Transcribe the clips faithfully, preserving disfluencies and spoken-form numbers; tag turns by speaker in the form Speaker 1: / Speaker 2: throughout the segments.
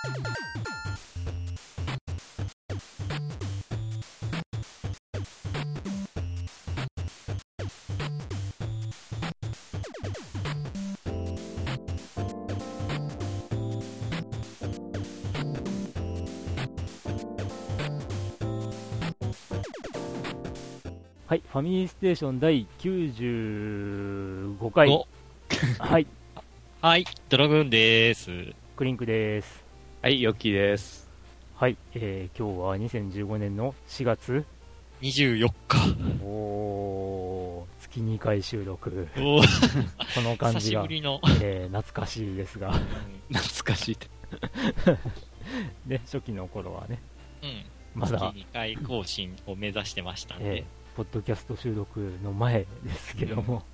Speaker 1: はい、ファミリーステーションだいきゅうじゅうごかい。はい。
Speaker 2: はい、ドラグーンでーす。
Speaker 1: クリンクです。
Speaker 3: はい、ヨッキーです。
Speaker 1: はい、えー、今日はにせんじゅうごねんのしがつ
Speaker 2: にじゅうよっか。
Speaker 1: おー、月にかい収録。
Speaker 2: お
Speaker 1: この感じが、
Speaker 2: 久しぶりの、
Speaker 1: えー、懐かしいですが。うん、
Speaker 3: 懐かしいって。
Speaker 1: ね、初期の頃はね、
Speaker 2: うん、
Speaker 1: まだ
Speaker 2: 月にかい更新を目指してましたんで、
Speaker 1: えー、ポッドキャスト収録の前ですけども。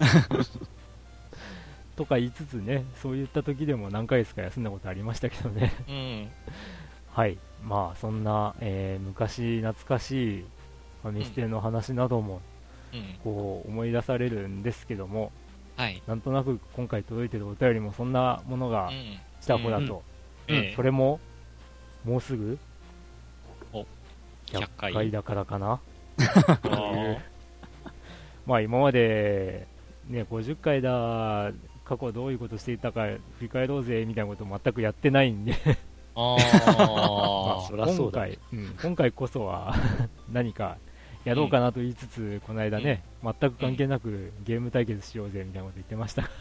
Speaker 1: とか言いつつね、そういった時でも何回ですか休んだことありましたけどね。
Speaker 2: うん、
Speaker 1: はい、まあそんな、えー、昔懐かしいファミステの話なども、
Speaker 2: うん、
Speaker 1: こう思い出されるんですけども、
Speaker 2: はい、
Speaker 1: なんとなく今回届いてるお便りもそんなものが来た子だと、
Speaker 2: うんうん、
Speaker 1: それももうすぐ
Speaker 2: お
Speaker 1: ひゃっかいだからかな。まあ今まで、ね、ごじゅっかいだ、過去どういうことしていたか振り返ろうぜみたいなこと全くやってないんで
Speaker 2: あ、
Speaker 3: まあ、そりゃそうだ、
Speaker 1: 今回、うん、今回こそは何かやろうかなと言いつつ、うん、この間ね、うん、全く関係なくゲーム対決しようぜみたいなこと言ってました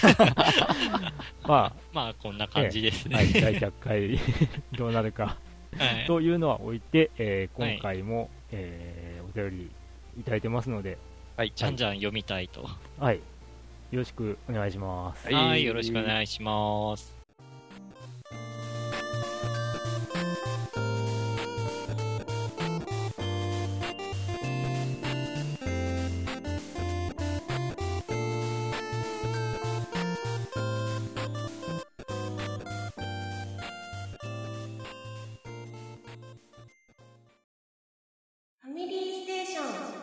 Speaker 1: まあ、
Speaker 2: まあこんな感じですね、
Speaker 1: はい、だいひゃっかいどうなるか、はい、というのは置いて、えー、今回も、はい、えー、お便りいただいてますので、
Speaker 2: はい、じゃんじゃん読みたいと。
Speaker 1: はい。よろしくお願いします。
Speaker 2: はい、よろしくお願いします。
Speaker 4: ファミリーステーション。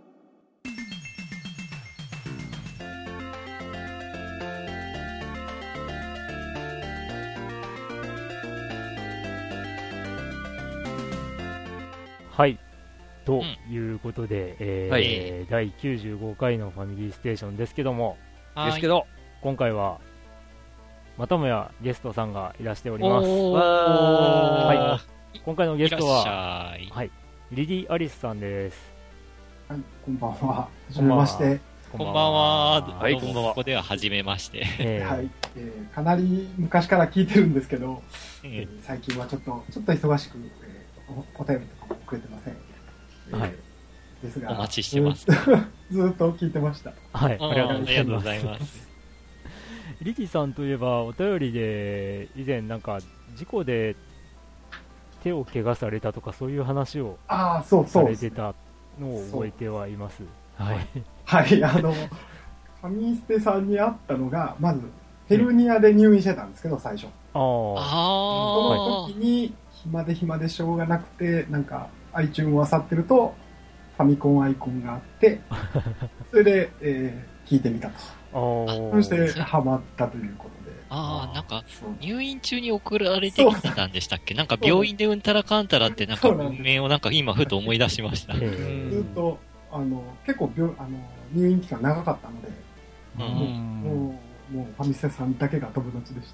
Speaker 1: はい。ということで、うん、えーはい、だいきゅうじゅうごかいのファミリーステーションですけども、
Speaker 3: ですけど、
Speaker 1: 今回は、またもやゲストさんがいらしております。
Speaker 2: はい、
Speaker 1: 今回のゲストは、
Speaker 2: い
Speaker 1: はい、リリー・アリスさんです。
Speaker 5: はい、こんばんは。はじめまして。
Speaker 2: こんばんは。はい、こんばんは。ここでははじめまして。
Speaker 5: えー、はい、えー。かなり昔から聞いてるんですけど、えー、最近はちょっと、ちょっと忙しく、えー、お, お便りとかもくれてません。
Speaker 1: はい、
Speaker 5: えー、ですが、
Speaker 2: お待ちしてます。
Speaker 5: ずっと聞いてました。
Speaker 1: はい、
Speaker 2: ありがとうございます。
Speaker 1: リリーさんといえば、お便りで、以前なんか、事故で手を怪我されたとか、そういう話を
Speaker 5: あそうそう、
Speaker 1: されてたのを覚えてはいます。はい。
Speaker 5: はい、あの、ファミステさんに会ったのが、まず、ヘルニアで入院してたんですけど、最初。あ
Speaker 1: あ。
Speaker 5: その時に、暇で暇でしょうがなくて、なんか、iTunes を漁ってると、ファミコンアイコンがあって、それで、えー、聞いてみたと。そして、ハマったということで。
Speaker 2: ああ、なんか、入院中に送られてきてたんでしたっけ？なんか病院でうんたらかんたらって、なんか文明をなんか今ふと思い出しました。
Speaker 5: ずっと、あの、結構病、あの、入院期間長かったので、もう、もう、もうファミステさんだけが友達でした。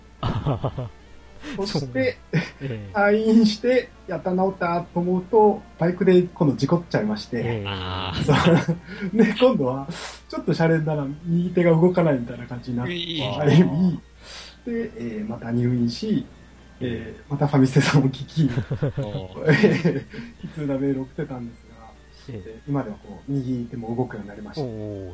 Speaker 5: そして、退院して、やった治ったと思うと、バイクで今度事故っちゃいまして、
Speaker 1: え
Speaker 5: ー、で、今度は、ちょっとシャレになら右手が動かないみたいな感じになって、で、えー、また入院し、えー、またファミステさんを聞き、悲痛なメールを送ってたんですが、えー、今ではこう、右手も動くようになりました。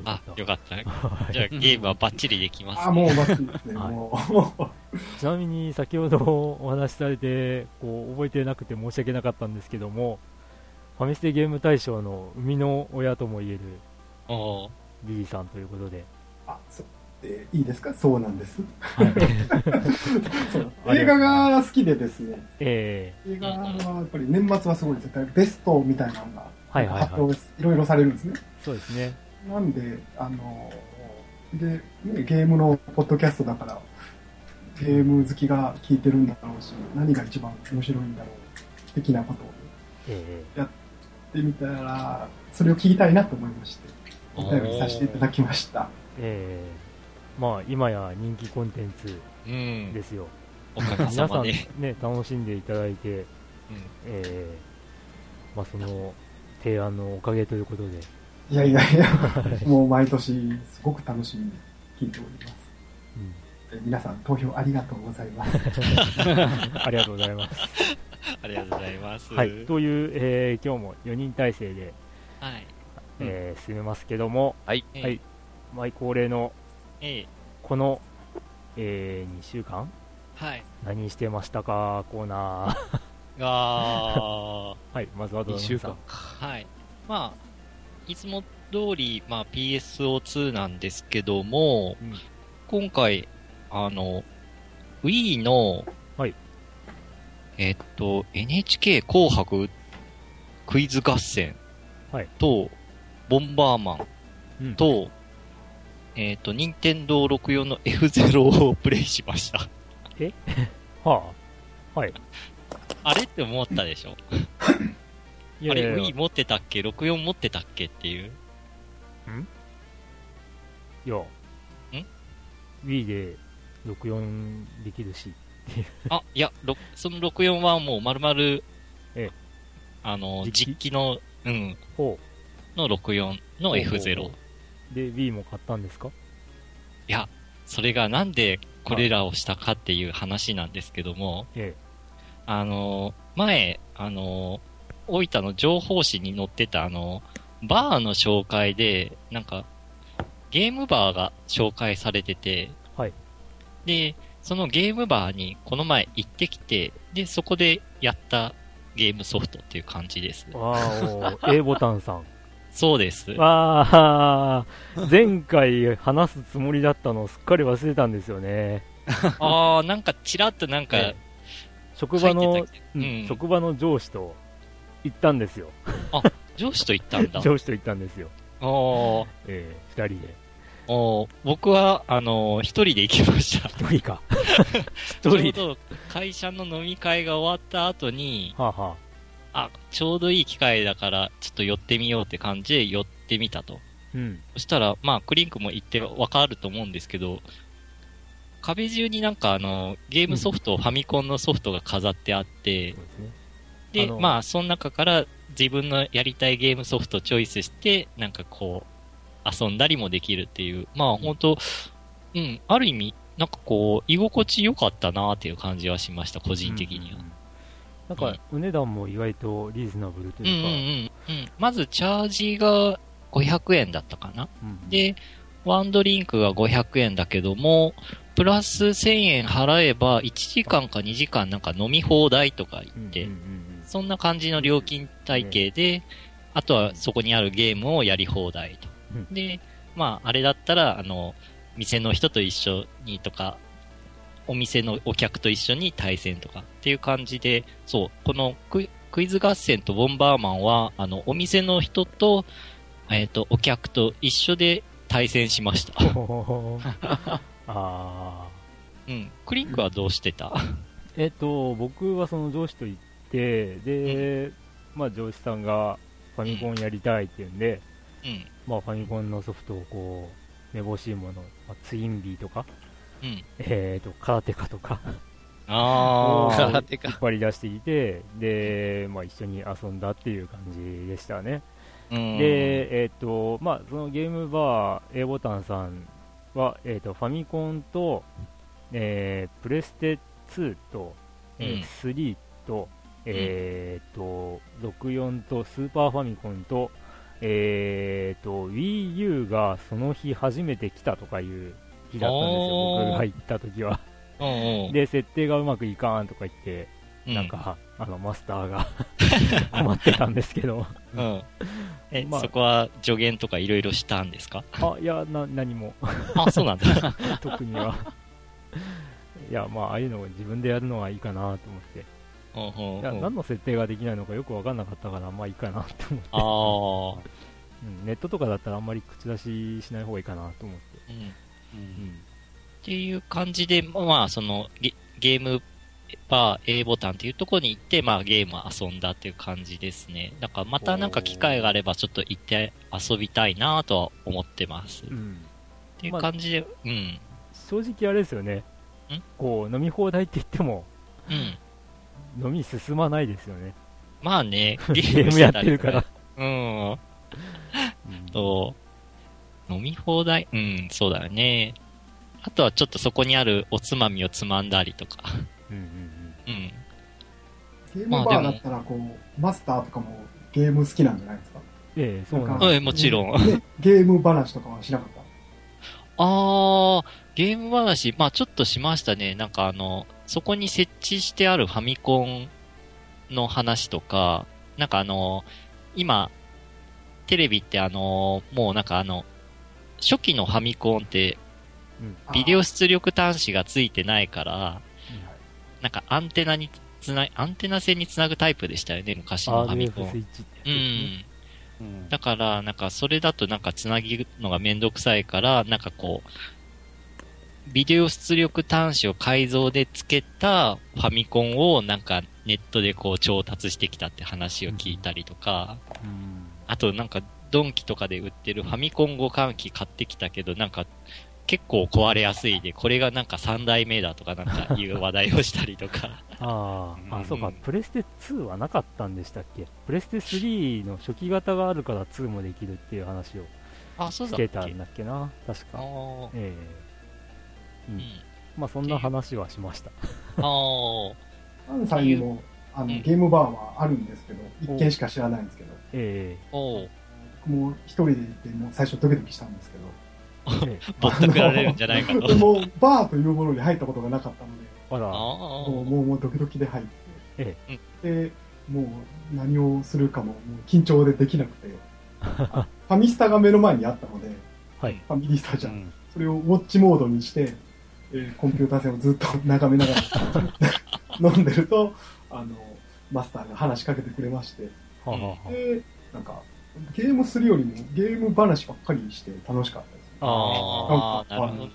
Speaker 2: あ、よかった。じゃあゲームはバッチリできますね。
Speaker 5: あ、もうバッチリですね、もう。
Speaker 1: ちなみに先ほどお話しされてこう覚えてなくて申し訳なかったんですけども、ファミステゲーム大賞の生みの親ともいえるリリーさんということで。
Speaker 5: あ、そう、えー、いいですか？そうなんです。はい、そう映画が好きでですね、
Speaker 1: え
Speaker 5: ー、映画はやっぱり年末はすごいですよ。ベストみたいなのが発表、いろいろされるんですね。
Speaker 1: そうですね。
Speaker 5: なんで、あので、ね、ゲームのポッドキャストだから、 ゲーム好きが聞いてるんだろうし、何が一番面白いんだろう的なことをやってみたら、それを聞きたいなと思いまして、お便りさせていただきました。
Speaker 1: ええー、まあ今や人気コンテンツですよ。
Speaker 2: うん、おかげさまで
Speaker 1: 皆さんね楽しんでいただいて、うん、えー、まあその提案のおかげということで。
Speaker 5: いやいやいや、もう毎年すごく楽しみに聞いております。うん、皆さん投票ありがとうございます。
Speaker 1: ありがとうございます。
Speaker 2: ありがとうございます。
Speaker 1: はい、という、えー、今日もよにん体制で、
Speaker 2: はい、
Speaker 1: えー、進めますけども、
Speaker 2: はい、
Speaker 1: はい、毎恒例の、
Speaker 2: えー、
Speaker 1: この、えー、にしゅうかん、
Speaker 2: はい、
Speaker 1: 何してましたかコーナー
Speaker 2: が
Speaker 1: はい、まずはどうぞ。にしゅうかん
Speaker 2: はい、まあいつも通り、まあ、ピーエスオーツー なんですけども、うん、今回あの Wii の、
Speaker 1: はい、
Speaker 2: えっと エヌエイチケー 紅白クイズ合戦と、はい、ボンバーマンと、うん、えっと任天堂ろくじゅうよんの エフゼロ をプレイしました。
Speaker 1: えはあ、はい。
Speaker 2: あれって思ったでしょいやいやいやあれ Wii 持ってたっけ ?ろくじゅうよん 持ってたっけっていう。
Speaker 1: んいや。ん ?Wii でろくじゅうよんできるしっていう。
Speaker 2: あ、いや、そのろくじゅうよんはもう丸々、ええ、あの、実機の、うん。
Speaker 1: ほ
Speaker 2: う。のろくじゅうよんの エフゼロ。
Speaker 1: で、Wii も買ったんですか？
Speaker 2: いや、それがなんでこれらをしたかっていう話なんですけども、
Speaker 1: ええ、
Speaker 2: あの、前、あの、大分の情報誌に載ってたあの、バーの紹介で、なんか、ゲームバーが紹介されてて、
Speaker 1: はい。
Speaker 2: で、そのゲームバーにこの前行ってきて、で、そこでやったゲームソフトっていう感じです。
Speaker 1: わーお、A ボタンさん。
Speaker 2: そうです。
Speaker 1: わー、前回話すつもりだったのをすっかり忘れたんですよね。
Speaker 2: あー、なんかちらっとなんか、ええ、
Speaker 1: 職場の、うん、職場の上司と行ったんですよ。
Speaker 2: あ、上司と行ったんだ。
Speaker 1: 上司と行ったんですよ。
Speaker 2: あー。
Speaker 1: ええー、二人で。
Speaker 2: お僕は、あのー、一人で行きました。
Speaker 1: 一人か。
Speaker 2: 一人で。ちょうど会社の飲み会が終わった後に、
Speaker 1: はあは
Speaker 2: あ、あ、ちょうどいい機会だから、ちょっと寄ってみようって感じで寄ってみたと。
Speaker 1: うん。
Speaker 2: そしたら、まあ、クリンクも行ってわかると思うんですけど、壁中になんかあの、ゲームソフト、うん、ファミコンのソフトが飾ってあって、そうですね。で、まあ、その中から自分のやりたいゲームソフトをチョイスして、なんかこう、遊んだりもできるっていう、まあ、本当うん、ある意味、なんかこう、居心地良かったなっていう感じはしました、個人的には。うんうんうん、
Speaker 1: なんか、お値段も意外とリーズナブルというか。
Speaker 2: うんうんうん。まず、チャージがごひゃくえんだったかな。うんうん、で、ワンドリンクがごひゃくえんだけども、プラスせんえん払えばいちじかんかにじかんなんか飲み放題とか言って、うんうんうん、そんな感じの料金体系で、うん、あとはそこにあるゲームをやり放題と。うん、で、まあ、あれだったら、あの、店の人と一緒にとか、お店のお客と一緒に対戦とかっていう感じで、そう、このクイ、クイズ合戦とボンバーマンは、あの、お店の人と、えっと、お客と一緒で対戦しました。
Speaker 1: あ
Speaker 2: うん。クリンクはどうしてた？
Speaker 1: えっと、僕はその上司と行って、で、うん、まあ上司さんがファミコンやりたいって言うんで、
Speaker 2: うん、
Speaker 1: まあファミコンのソフトをこう、めぼしいもの、まあ、ツインビーとか、
Speaker 2: うん、
Speaker 1: えっと、空手家とか、
Speaker 2: あ
Speaker 1: あ、空手家。引っ張り出してきて、で、まあ一緒に遊んだっていう感じでしたね。
Speaker 2: うん、
Speaker 1: で、えっと、まあそのゲームバー A ボタンさんは、えー、とファミコンと、えー、プレステツーと、えーうん、スリーと、えー、とろくじゅうよんとスーパーファミコンと、えー、と Wii U がその日初めて来たとかいう日だったんですよ、僕が行った時は。で、設定がうまくいかんとか言って、うん、なんかあのマスターが困ってたんですけど、
Speaker 2: うん、え、まあ、そこは助言とかいろいろしたんですか？
Speaker 1: あ、いや、な、何も。
Speaker 2: あ、そうなんだ。
Speaker 1: 特には。いや、まあ、ああいうのを自分でやるのはいいかなと思って。
Speaker 2: ほうほうほう、
Speaker 1: いや、何の設定ができないのかよくわかんなかったから、まあいいかなって思って。
Speaker 2: あ
Speaker 1: うん、ネットとかだったらあんまり口出ししない方がいいかなと思って。
Speaker 2: うん。うん。 っていう感じで、まあ、そのゲ、ゲームバー A ボタンっていうところに行って、まあ、ゲーム遊んだっていう感じですね。だからまたなんか機会があればちょっと行って遊びたいなとは思ってます。うん、っていう感じで、まあ、うん。
Speaker 1: 正直あれですよね。こう、飲み放題って言っても、
Speaker 2: うん。
Speaker 1: 飲み進まないですよね。
Speaker 2: まあね、
Speaker 1: ゲームやってるから。
Speaker 2: うん。と、飲み放題うん、そうだよね。あとはちょっとそこにあるおつまみをつまんだりとか。うんうんうん。うん。
Speaker 5: ゲームバーだったら、こう、マスターとかもゲーム好きなんじゃないですか？
Speaker 1: ええ、そうなん
Speaker 2: です。もちろ
Speaker 5: ん、ね。ゲーム話とかはしなかった？
Speaker 2: あー、ゲーム話、まあちょっとしましたね。なんかあの、そこに設置してあるファミコンの話とか、なんかあの、今、テレビってあの、もうなんかあの、初期のファミコンって、ビデオ出力端子がついてないから、なんかアンテナにつな、アンテナ線につなぐタイプでしたよね、昔のファミコン。
Speaker 1: スイッチって
Speaker 2: やつですね。うん。だから、なんかそれだとなんかつなぎのがめんどくさいから、なんかこう、ビデオ出力端子を改造でつけたファミコンをなんかネットでこう調達してきたって話を聞いたりとか、うん、あとなんかドンキとかで売ってるファミコン互換機買ってきたけど、なんか結構壊れやすいで、これがなんかさん代目だとかなんかいう話題をしたりとか。
Speaker 1: ああ、うん、あ、そうか、プレステツーはなかったんでしたっけ？プレステスリーの初期型があるからツーもできるっていう話をしてたんだっけな、確か。ええうん、まあそんな話はしました。
Speaker 2: ああ。
Speaker 5: アンさんにもあの、うん、ゲームバーはあるんですけど、一軒しか知らないんですけど、
Speaker 1: ええ
Speaker 2: ー、
Speaker 5: 僕も一人で行っても最初ドキドキしたんですけど、
Speaker 2: ぼったくられるんじゃないかと。
Speaker 5: もうバーというものに入ったことがなかったので、
Speaker 1: あら
Speaker 5: もうもうもうドキドキで入って、
Speaker 1: え
Speaker 5: え、でもう何をするかももう緊張でできなくて、ファミスタが目の前にあったので、
Speaker 1: はい、
Speaker 5: ファミリースタジアム、うん、それをウォッチモードにして。えー、コンピューター線をずっと眺めながら飲んでると、あの、マスターが話しかけてくれまして、
Speaker 1: ははは
Speaker 5: で、なんか、ゲームするよりもゲーム話ばっかりして楽しかったです、ね。
Speaker 2: ああ、なるほどね。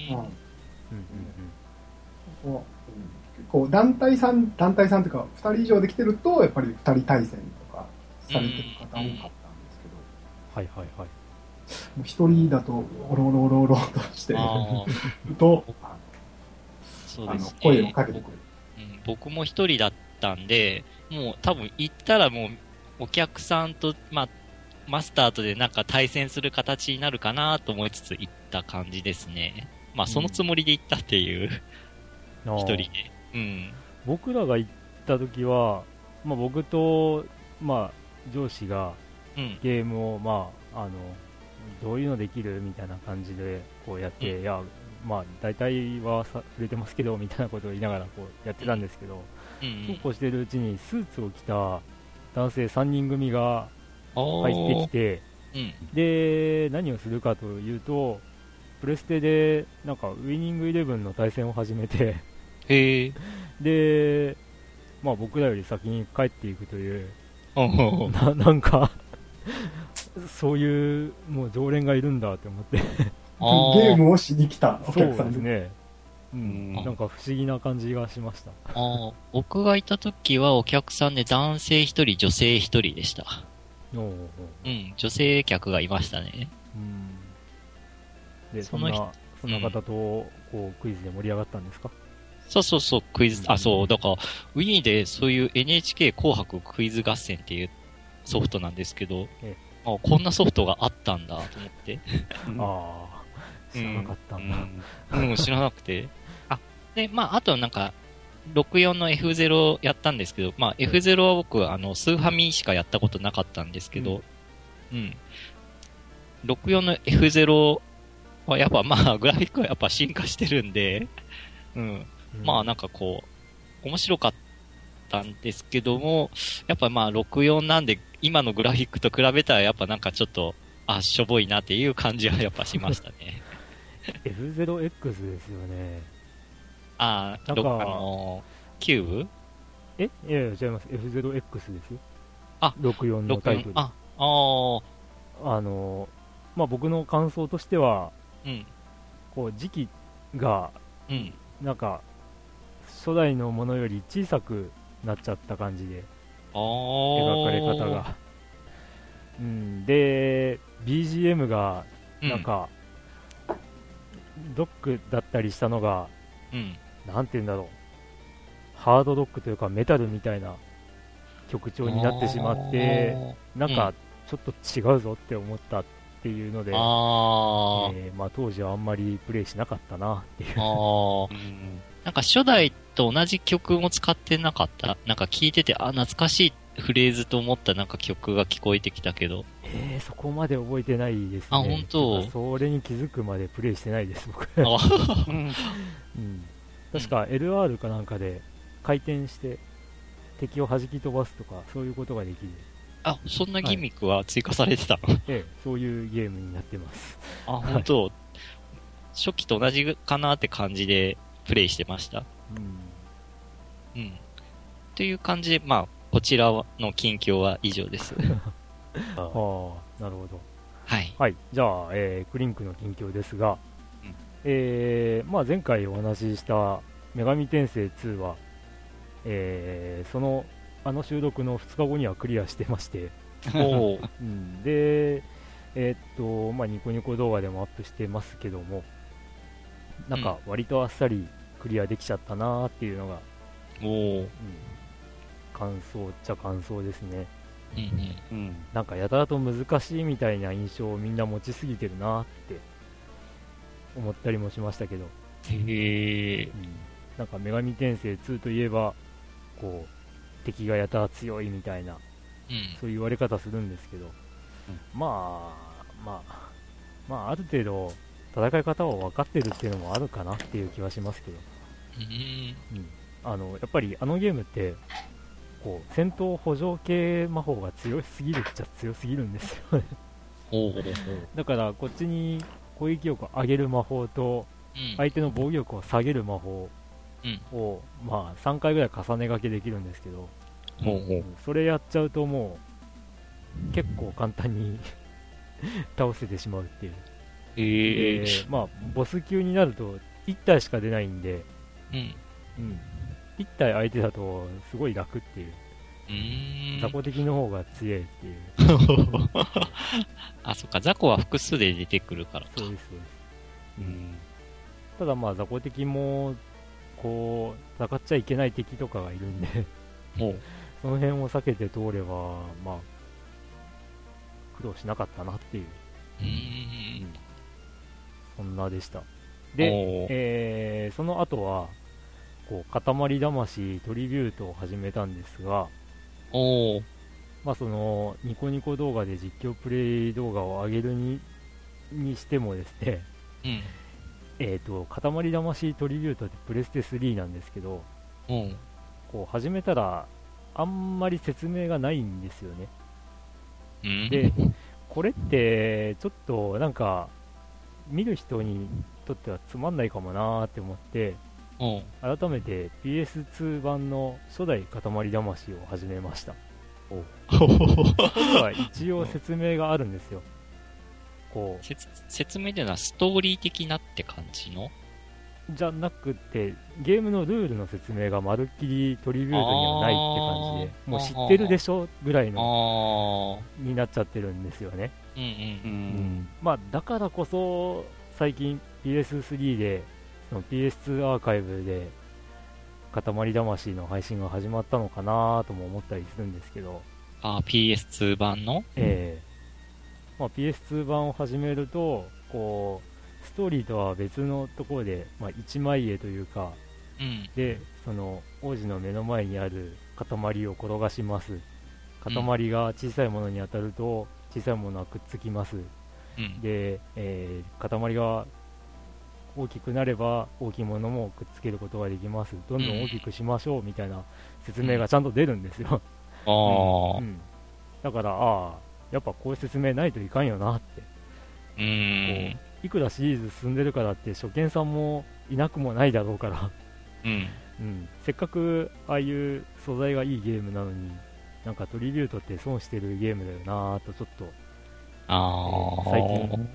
Speaker 5: うんうんうん、こう団体さん、団体さんというか、ふたり以上できてると、やっぱりふたり対戦とかされてる方多かったんですけど、
Speaker 1: はいはいはい。
Speaker 5: もう一人だと、おろおろおろおろとしてると、
Speaker 2: そうですね、
Speaker 5: あの声をかけてくれる、
Speaker 2: うん。僕も一人だったんで、もう多分行ったらもう、お客さんと、まあ、マスターとでなんか対戦する形になるかなと思いつつ行った感じですね。まあ、そのつもりで行ったっていう、うん、一人で。うん。
Speaker 1: 僕らが行った時は、まあ僕と、まあ、上司が、ゲームを、まあ、あの、どういうのできるみたいな感じでこうやって、うん、いやまあ大体はさ触れてますけどみたいなことを言いながらこうやってたんですけど、うんうん、そうこうしてるうちにスーツを着た男性さんにん組が入ってきて、うん、で何をするかというとプレステでなんかウイニングイレブンの対戦を始めて
Speaker 2: へ
Speaker 1: で、まあ、僕らより先に帰っていくというな, なんかそういうもう常連がいるんだって思って
Speaker 5: ゲームをしに来たお客さん
Speaker 1: ですね、うん、なんか不思議な感じがしました。
Speaker 2: あ僕がいた時はお客さんで男性ひとり女性ひとりでした。
Speaker 1: おうおう
Speaker 2: うん、女性客がいましたね。
Speaker 1: うん、でそんなそんな方とこうクイズで盛り上がったんですか？
Speaker 2: そうそうそう、クイズ、あ、そう、だから、ウィーンでそういう エヌエイチケー 紅白クイズ合戦っていうソフトなんですけど、ええ、あこんなソフトがあったんだと思って。
Speaker 1: ああ、知らなかったんだ。
Speaker 2: うん、うん、知らなくて。あ、で、まあ、あとなんか、ろくじゅうよんの エフゼロ やったんですけど、まあ、エフゼロ は僕、あの、スーファミしかやったことなかったんですけど、うん。うん、ろくじゅうよんの エフゼロ はやっぱまあ、グラフィックはやっぱ進化してるんで、うん。まあなんかこう、面白かったんですけども、やっぱまあろくじゅうよんなんで、今のグラフィックと比べたらやっぱなんかちょっと、あ、しょぼいなっていう感じはやっぱしましたね。
Speaker 1: エフゼロエックス ですよね。
Speaker 2: ああ、あの、キューブ
Speaker 1: えいやいや違います。エフゼロエックス ですよ。
Speaker 2: あ、
Speaker 1: ろくじゅうよんのタイトル。
Speaker 2: あ、あ
Speaker 1: あの、まあ僕の感想としては、
Speaker 2: うん。
Speaker 1: こう、時期が、
Speaker 2: うん、
Speaker 1: なんか初代のものより小さくなっちゃった感じで描かれ方が、うん、で ビージーエム がなんか、うん、ドックだったりしたのが、うん、なんていうんだろう、ハードロックというかメタルみたいな曲調になってしまって、なんかちょっと違うぞって思ったっていうので、あ、えーまあ、当時はあんまりプレイしなかったなっていう。
Speaker 2: あなんか初代と同じ曲も使ってなかった？なんか聞いてて、あ、懐かしいフレーズと思ったなんか曲が聞こえてきたけど。
Speaker 1: えー、そこまで覚えてないですね。
Speaker 2: あ、本当。
Speaker 1: それに気づくまでプレイしてないです、僕。あうん、確か エルアール かなんかで回転して敵を弾き飛ばすとか、そういうことができる。
Speaker 2: あ、そんなギミックは追加されてたの？
Speaker 1: はい、ええ、そういうゲームになってます。
Speaker 2: あ、本当。初期と同じかなって感じでプレイしてました。うん。うん。という感じで、まあ、こちらの近況は以上です。
Speaker 1: ああ、なるほど。
Speaker 2: はい。
Speaker 1: はい。じゃあ、えー、クリンクの近況ですが、うん、えー、まあ前回お話しした女神転生ツーは、えー、その、あの収録のふつかごにはクリアしてまして、おうん、で、えー、っと、まあニコニコ動画でもアップしてますけども、なんか割とあっさりクリアできちゃったなーっていうのが、おうん、感想っちゃ感想ですね。うんうん、なんかやたらと難しいみたいな印象をみんな持ちすぎてるなーって思ったりもしましたけど、へー、うん、なんか女神転生ツーといえばこう敵がやたら強いみたいな、うん、そういう言われ方するんですけど、うん、まあまあまあある程度戦い方を分かってるっていうのもあるかなっていう気はしますけど、うんうん、あのやっぱりあのゲームってこう戦闘補助系魔法が強すぎるっちゃ強すぎるんですよねだからこっちに攻撃力を上げる魔法と相手の防御力を下げる魔法を、うん、まあさんかいぐらい重ねがけできるんですけど、うん、それやっちゃうともう結構簡単に倒せてしまうっていう、えー、まあボス級になるといち体しか出ないんで、うんうん、いち体相手だとすごい楽っていう、うーん、雑魚敵の方が強いっていう
Speaker 2: あ、そっか、雑魚は複数で出てくるからか。
Speaker 1: そうですそうです、うん、ただまあ雑魚敵もこう戦っちゃいけない敵とかがいるんでその辺を避けて通ればまあ苦労しなかったなっていう、うーん、そんなでした。で、えー、その後はこう塊魂トリビュートを始めたんですが、おまあそのニコニコ動画で実況プレイ動画を上げるににしてもですね、うん、えっと塊魂トリビュートってプレステスリーなんですけど、うん、こう始めたらあんまり説明がないんですよね、うん、でこれってちょっとなんか見る人にとってはつまんないかもなーって思って、改めて ピーエスツー 版の初代塊魂を始めました。おここには一応説明があるんですよ。
Speaker 2: こう説明というのはストーリー的なって感じの
Speaker 1: じゃなくてゲームのルールの説明がまるっきりトリビュートにはないって感じで、もう知ってるでしょぐらいのになっちゃってるんですよね。うんうんうんうん、まあだからこそ最近 ピーエススリー でその ピーエスツー アーカイブで塊魂の配信が始まったのかなとも思ったりするんですけど、
Speaker 2: あー ピーエスツー 版の
Speaker 1: ええーまあ、ピーエスツー 版を始めるとこうストーリーとは別のところで、まあ、一枚絵というか、うん、でその王子の目の前にある塊を転がします。塊が小さいものに当たると小さいものはくっつきます、うん、で、えー、塊が大きくなれば大きいものもくっつけることができます。どんどん大きくしましょうみたいな説明がちゃんと出るんですよ、うん、あ、うん、だからああやっぱこういう説明ないといかんよなって、うーん、こういくらシリーズ進んでるからって初見さんもいなくもないだろうからうんうん、せっかくああいう素材がいいゲームなのになんかトリビュートって損してるゲームだよなぁとちょっと、あ、えー、最近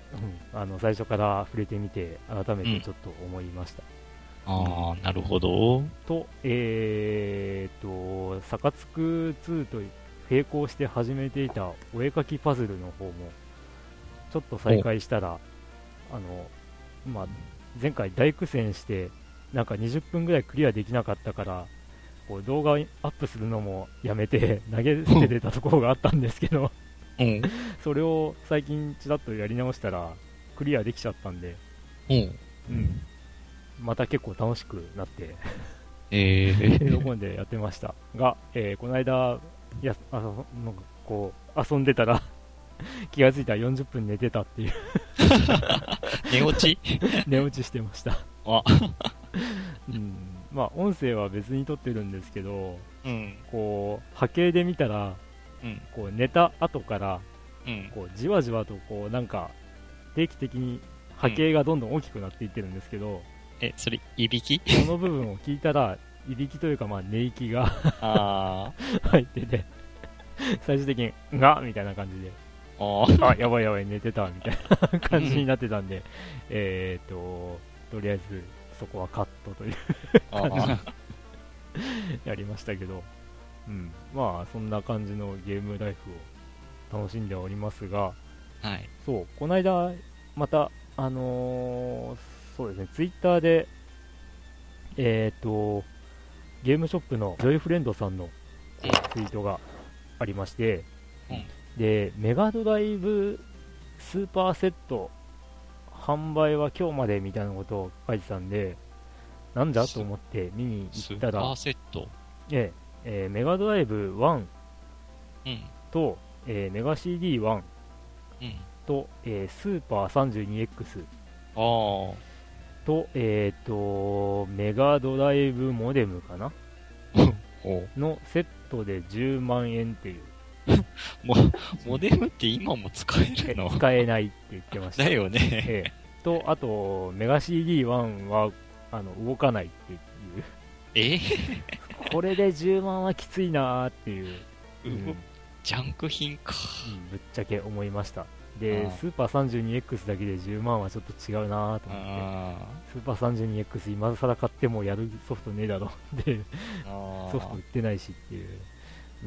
Speaker 1: うん、あの最初から触れてみて改めてちょっと思いました。
Speaker 2: うん、ああ、なるほど。
Speaker 1: と、えーと、サカツクツーと並行して始めていたお絵かきパズルの方もちょっと再開したら、あの、まあ、前回大苦戦してなんかにじゅっぷんぐらいクリアできなかったからこう動画をアップするのもやめて投げ捨ててたところがあったんですけど、うん、それを最近ちらっとやり直したらクリアできちゃったんで、うんうん、また結構楽しくなって
Speaker 2: えー、
Speaker 1: 喜んでやってましたが、えー、この間やあのこう遊んでたら気がついたらよんじゅっぷん寝てたっていう
Speaker 2: 寝落ち
Speaker 1: 寝落ちしてました
Speaker 2: あ、
Speaker 1: うん、まあ音声は別に撮ってるんですけど、
Speaker 2: うん、
Speaker 1: こう波形で見たら、うん、こう寝た後から、うん、こうじわじわとこうなんか定期的に波形がどんどん大きくなっていってるんですけど、うん、
Speaker 2: えそれいびき
Speaker 1: その部分を聞いたらいびきというかまあ寝息があ入ってて最終的にがみたいな感じでああやばいやばい寝てたみたいな感じになってたんで、うん、えーととりあえずそこはカットという感じやりましたけど、うん、まあそんな感じのゲームライフを楽しんでおりますが、
Speaker 2: はい、
Speaker 1: そうこの間またあのー、そうですねツイッターでえーとゲームショップのジョイフレンドさんのツイートがありまして、うん、でメガドライブスーパーセット販売は今日までみたいなことを書いてたんでなんだと思って見に行ったら
Speaker 2: スーパーセット、
Speaker 1: ええー、メガドライブワンと、うんえー、メガ シーディーワン、うん、と、えー、スーパー さんじゅうにエックス
Speaker 2: あ
Speaker 1: と,、えー、とメガドライブモデムかなのセットでじゅうまんえんっていう
Speaker 2: もモデムって今も使えるの？
Speaker 1: 使えないって言ってました。
Speaker 2: だよね、
Speaker 1: ええ、とあとメガ シーディーワン はあの動かないっていう
Speaker 2: え
Speaker 1: ー、これでじゅうまんはきついなーっていう、
Speaker 2: うん、ジャンク品か、
Speaker 1: うん、ぶっちゃけ思いました。でスーパー さんじゅうにエックス だけでじゅうまんはちょっと違うなーと思ってスーパー さんじゅうにエックス 今更買ってもやるソフトねえだろでソフト売ってないしっていう、うん、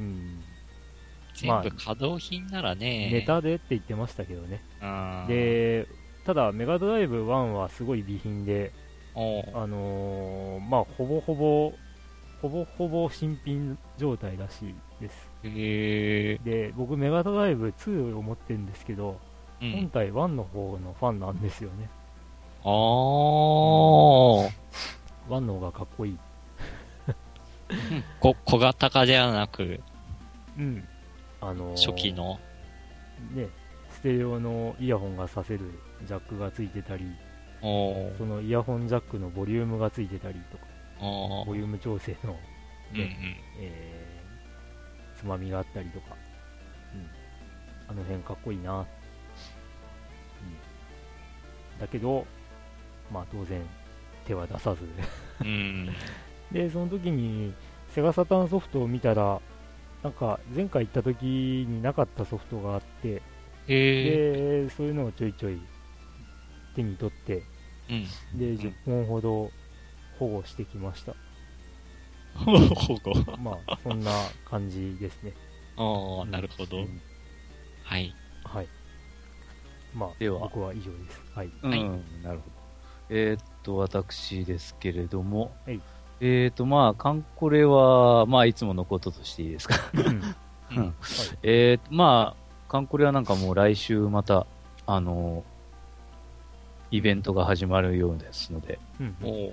Speaker 2: 全部稼働品ならね、
Speaker 1: まあ、ネタでって言ってましたけどね。でただメガドライブワンはすごい備品であのー、まあほぼほぼほぼほぼ新品状態らしいです。
Speaker 2: へ
Speaker 1: で僕メガドライブツーを持ってるんですけど、うん、本体ワンの方のファンなんですよね。
Speaker 2: ああ、うん、
Speaker 1: ワンの方がかっこいい
Speaker 2: こ小型化ではなく、
Speaker 1: うんあのー、
Speaker 2: 初期の
Speaker 1: ねステレオのイヤホンがさせるジャックがついてたり、そのイヤホンジャックのボリュームがついてたりとか、ボリューム調整の、ねうんうんえー、つまみがあったりとか、うん、あの辺かっこいいな、うん、だけど、まあ当然手は出さず、うん、でその時にセガサターンソフトを見たらなんか前回行った時になかったソフトがあって、でそういうのをちょいちょい手に取って、うん、でじゅっぽんほど保護してきました。
Speaker 2: 保護
Speaker 1: まあそんな感じですね。
Speaker 2: ああ、うん、なるほど、うん、はい
Speaker 1: はい。まあでは僕は以上です。はい、
Speaker 3: うん、
Speaker 2: はい、
Speaker 3: なるほど。えー、っと私ですけれども、はい、えー、っとまあカンコレはまあいつものこととしていいですか。うんうんはい、えー、まあカンコレはなんかもう来週またあのイベントが始まるようですので、うん、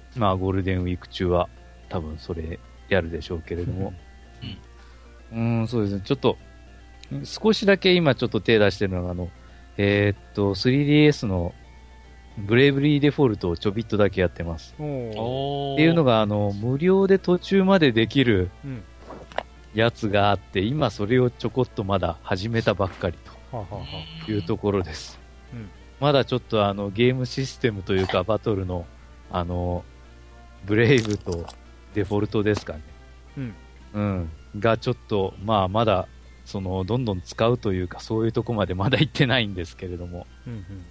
Speaker 3: まあゴールデンウィーク中は多分それやるでしょうけれども、うん、うんそうですねちょっと少しだけ今ちょっと手出してるのがあのえー、っと スリーディーエス のブレイブリーデフォルトをちょびっとだけやってます。おっていうのがあの無料で途中までできるやつがあって、今それをちょこっとまだ始めたばっかりというところです。うん、まだちょっとあのゲームシステムというかバトルのあのブレイブとデフォルトですかね。うん。うん。がちょっとまあまだそのどんどん使うというかそういうとこまでまだ行ってないんですけれども。うんうん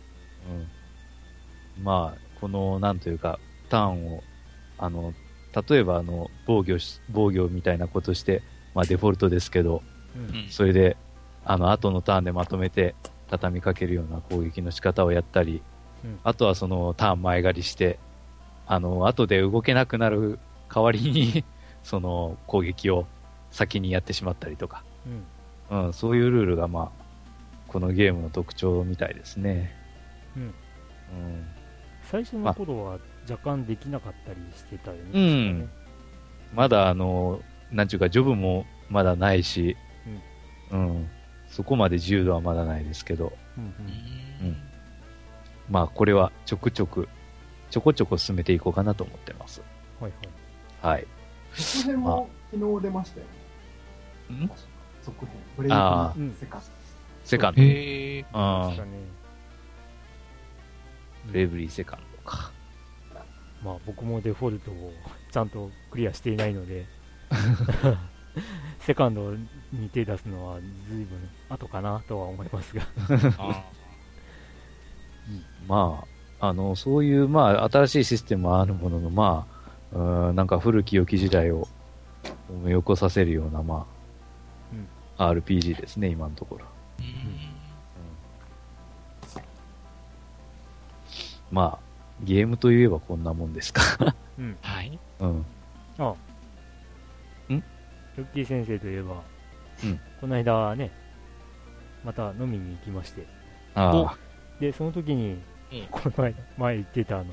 Speaker 3: うん。まあ、この、なんというか、ターンを、あの、例えば、あの、防御し、防御みたいなことして、まあ、デフォルトですけど、うん、それで、あの、後のターンでまとめて、畳みかけるような攻撃の仕方をやったり、うん、あとはその、ターン前借りして、あの、後で動けなくなる代わりに、その、攻撃を先にやってしまったりとか、うん、うん、そういうルールが、まあ、このゲームの特徴みたいですね。うん。うん、
Speaker 1: 最初の頃は若干できなかったりしてたよね。
Speaker 3: うん。まだあの、なんちゅうか、ジョブもまだないし、うん。うん、そこまで自由度はまだないですけど、うんうんうん、まあ、これはちょくちょく、ちょこちょこ進めていこうかなと思ってます。はいはい。はい。
Speaker 5: 続編も昨日出ましたよね。ん続編。ブレイブセカンド。
Speaker 3: セカンド。へぇー。ああ。ブレイブリーセカンドか。
Speaker 1: まあ僕もデフォルトをちゃんとクリアしていないので、セカンドに手出すのは随分後かなとは思いますが。あ
Speaker 3: まあ、あの、そういう、まあ、新しいシステムはあるものの、まあ、うんなんか古き良き時代を思い起こさせるような、まあ、うん、アールピージー ですね、今のところ。うんうん、まあ、ゲームといえばこんなもんですか。うん。はい。うん。あん
Speaker 1: ロッキー先生といえば、うん。この間ね、また飲みに行きまして。ああ。で、その時に、うん、この間、前言ってたあの、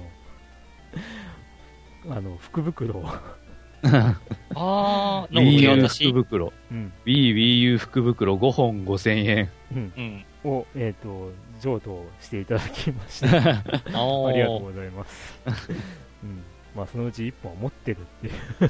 Speaker 1: あの、福袋を。
Speaker 3: ああ、Wii U 福袋。うん。Wii、Wii U 福袋ごほんごせんえん。うん。
Speaker 1: うん、を、えっ、ー、と、譲渡していただきました。ありがとうございます。うん。まあ、そのうちいっぽんは持ってるっていう。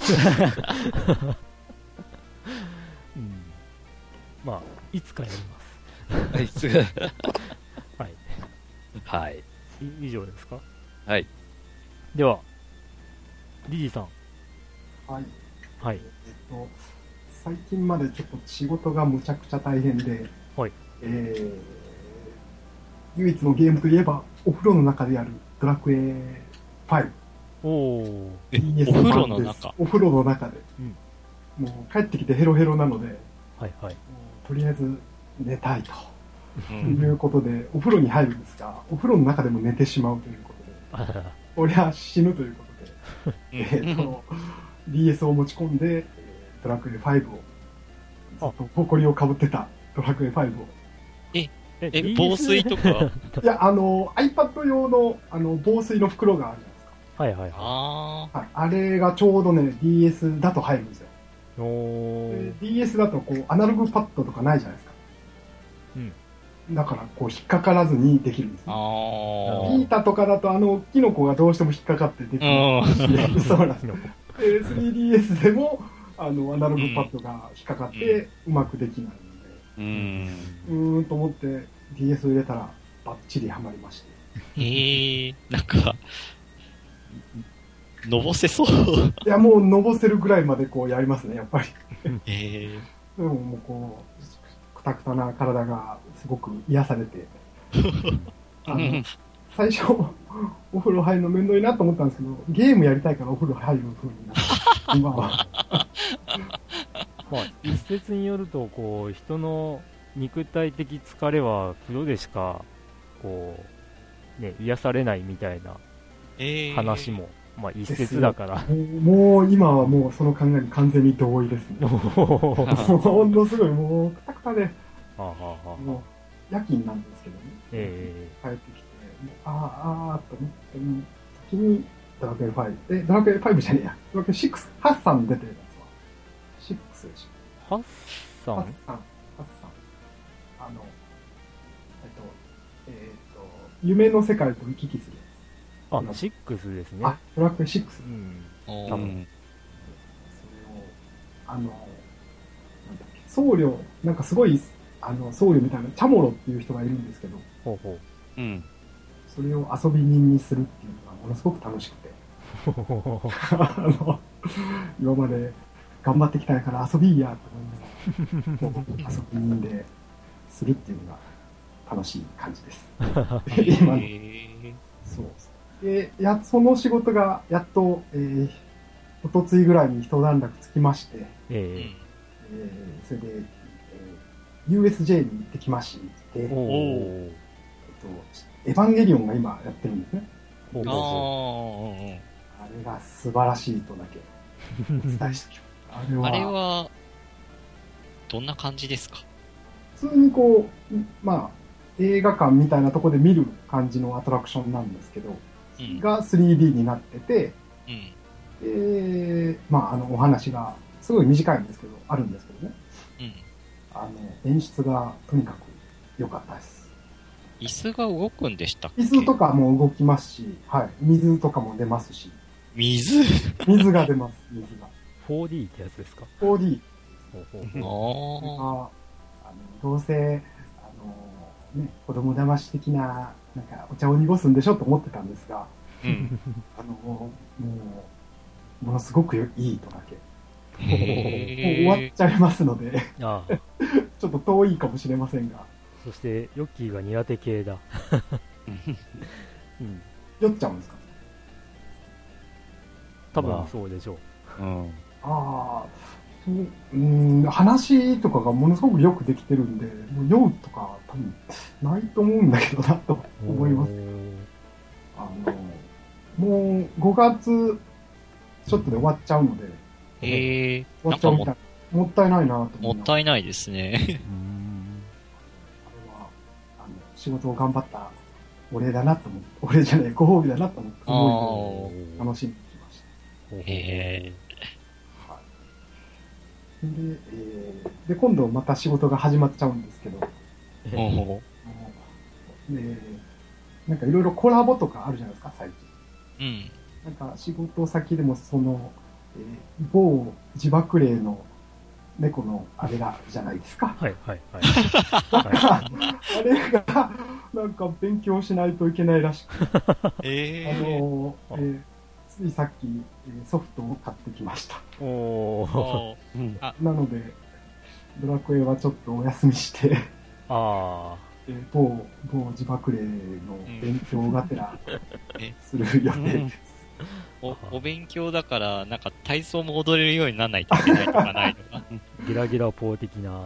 Speaker 1: うん。まあ、いつかやります。いつはい。
Speaker 3: はい。
Speaker 1: 以上ですか？
Speaker 3: はい。
Speaker 1: では、リリーさん。
Speaker 5: はい。
Speaker 1: はい。
Speaker 5: えっと、最近までちょっと仕事がむちゃくちゃ大変で、はい。えー、唯一のゲームといえば、お風呂の中でやるドラクエファイブ。
Speaker 2: おー。え、お風呂の中
Speaker 5: お風呂の中で。うん、もう帰ってきてヘロヘロなので、
Speaker 1: はいはい。
Speaker 5: とりあえず寝たいと。うん、いうことで、お風呂に入るんですが、お風呂の中でも寝てしまうということで、俺は死ぬということで、えっと、ディーエス を持ち込んで、ドラクエファイブを、ずっと誇りをかぶってたドラクエファイブを。
Speaker 2: え、え、防水とか
Speaker 5: いや、あの、iPad 用の、あの、防水の袋があるじゃないですか。
Speaker 1: はいはいはい。
Speaker 2: あ
Speaker 5: あ。あれがちょうどね、ディーエス だと入るんですよ。おー。ディーエス だと、こう、アナログパッドとかないじゃないですか。うん。だから、こう、引っかからずにできるんですね。あー。ピータとかだと、あの、キノコがどうしても引っかかってできる。そうなんですよ。で、スリーディーエス でも、あの、アナログパッドが引っかかって、うまくできないので。うん。うーんと思って、ディーエス を入れたら、バッチリハマりまして。
Speaker 2: へえ、なんか、のぼせそう。
Speaker 5: いや、もうのぼせるぐらいまでこうやりますね、やっぱり。
Speaker 2: へえ。
Speaker 5: でももうこう、くたくたな体がすごく癒されて。あの最初、お風呂入るのめんどいなと思ったんですけど、ゲームやりたいからお風呂入る風になって、今は。
Speaker 1: まあ、一説によると、こう、人の肉体的疲れは風呂でしか、こう、ね、癒されないみたいな話も、えー、まあ一説だから。
Speaker 5: もう今はもうその考えに完全に同意ですね。ほんとすごい、もうくたくたで、もう夜勤なんですけどね。えー、帰ってきて、もうあーあーと思ってる時に、ドラクエファイブ、え、ドラクエファイブじゃねえや、ドラクエシックス、ハッサン出てるやつは。シックスでし
Speaker 1: ょ。ハッサン
Speaker 5: ハッサン、ハッサン。あの、えっと、えっと、夢の世界と行き来する
Speaker 1: やつ。あ、シックスですね。
Speaker 5: あ、ドラクエシックス。うん。多分。それを、あの、なんだっけ、僧侶、なんかすごい、あの、僧侶みたいな、チャモロっていう人がいるんですけど、ほうほう。うん。それを遊び人にするっていうのがものすごく楽しくて。あの、今まで頑張ってきたから遊びいやと思いながら、遊び人でするっていうのが楽しい感じです。今の。そう。で、や、その仕事がやっと、えー、おとついぐらいに一段落つきまして、えーえー、それで、えー、ユーエスジェー に行ってきまして、えっと、エヴァンゲリオンが今やってるんですね。ああれが素晴らしいとだけお伝えしておきます。あれは、
Speaker 2: あれはどんな感じですか？
Speaker 5: 普通にこう、まあ、映画館みたいなところで見る感じのアトラクションなんですけど、うん、が スリーディー になってて、うん、で、まあ、あの、お話が、すごい短いんですけど、あるんですけどね。うん、あの、演出がとにかく良かったです。
Speaker 2: 椅子が動くんでしたっけ？
Speaker 5: 椅子とかも動きますし、はい。水とかも出ますし。
Speaker 2: 水
Speaker 5: 水が出ます、水が。
Speaker 1: フォーディー ってやつですか？
Speaker 5: フォーディー。
Speaker 2: あ
Speaker 5: あのどうせ、あの、ね、子供騙し的な、なんか、お茶を濁すんでしょと思ってたんですが、うん、あの、もう、ものすごくいいとだけ。もう終わっちゃいますのでああちょっと遠いかもしれませんが。
Speaker 1: そして、ヨッキーが苦手系だ。
Speaker 5: うん、酔っちゃうんですか？
Speaker 1: 多分そうでしょう。
Speaker 5: まあ、うん、ああ、うん、話とかがものすごくよくできてるんで、もう酔うとか多分ないと思うんだけどなと思います。あの、もうごがつちょっとで終わっちゃうので、
Speaker 2: へえ、
Speaker 5: 終わっちゃうみたいな。もったいないなと思
Speaker 2: もったいないですね。あれ
Speaker 5: は、あの、仕事を頑張ったお礼だなと思って、お礼じゃない、ご褒美だなと思って、思いで楽しんできました。へえ。で、えー、で、今度また仕事が始まっちゃうんですけど、えー、で、なんかいろいろコラボとかあるじゃないですか、最近。うん。なんか仕事先でもその、えー、某自爆霊の猫のあれがじゃないですか。
Speaker 1: はいはいはい。
Speaker 5: だから、あれが、なんか勉強しないといけないらしく。えー、あの、えーついさっきソフトを買ってきました。おー、うん、なので、ドラクエはちょっとお休みして、あえー、某、某自爆霊の勉強がてらする予定です。
Speaker 2: うん、お, お勉強だから、なんか体操も踊れるようにならないといけないとかないのか。
Speaker 1: ギラギラポー的な。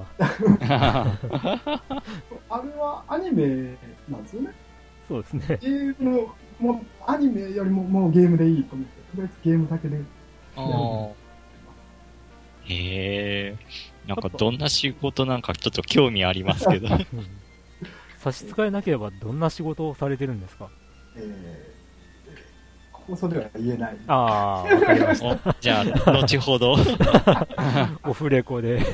Speaker 5: あれはアニメなんですよね。
Speaker 1: そうですね。
Speaker 5: ゲームのもうアニメよりももうゲームでいいと思って、とりあえずゲームだけでやる。
Speaker 2: へえ、なんかどんな仕事なんかちょっと興味ありますけど。
Speaker 1: 差し支えなければどんな仕事をされてるんですか？え
Speaker 5: ー、放送では言えない。
Speaker 1: ああ、わかりました。
Speaker 2: じゃあ、後ほど。
Speaker 1: オフレコで。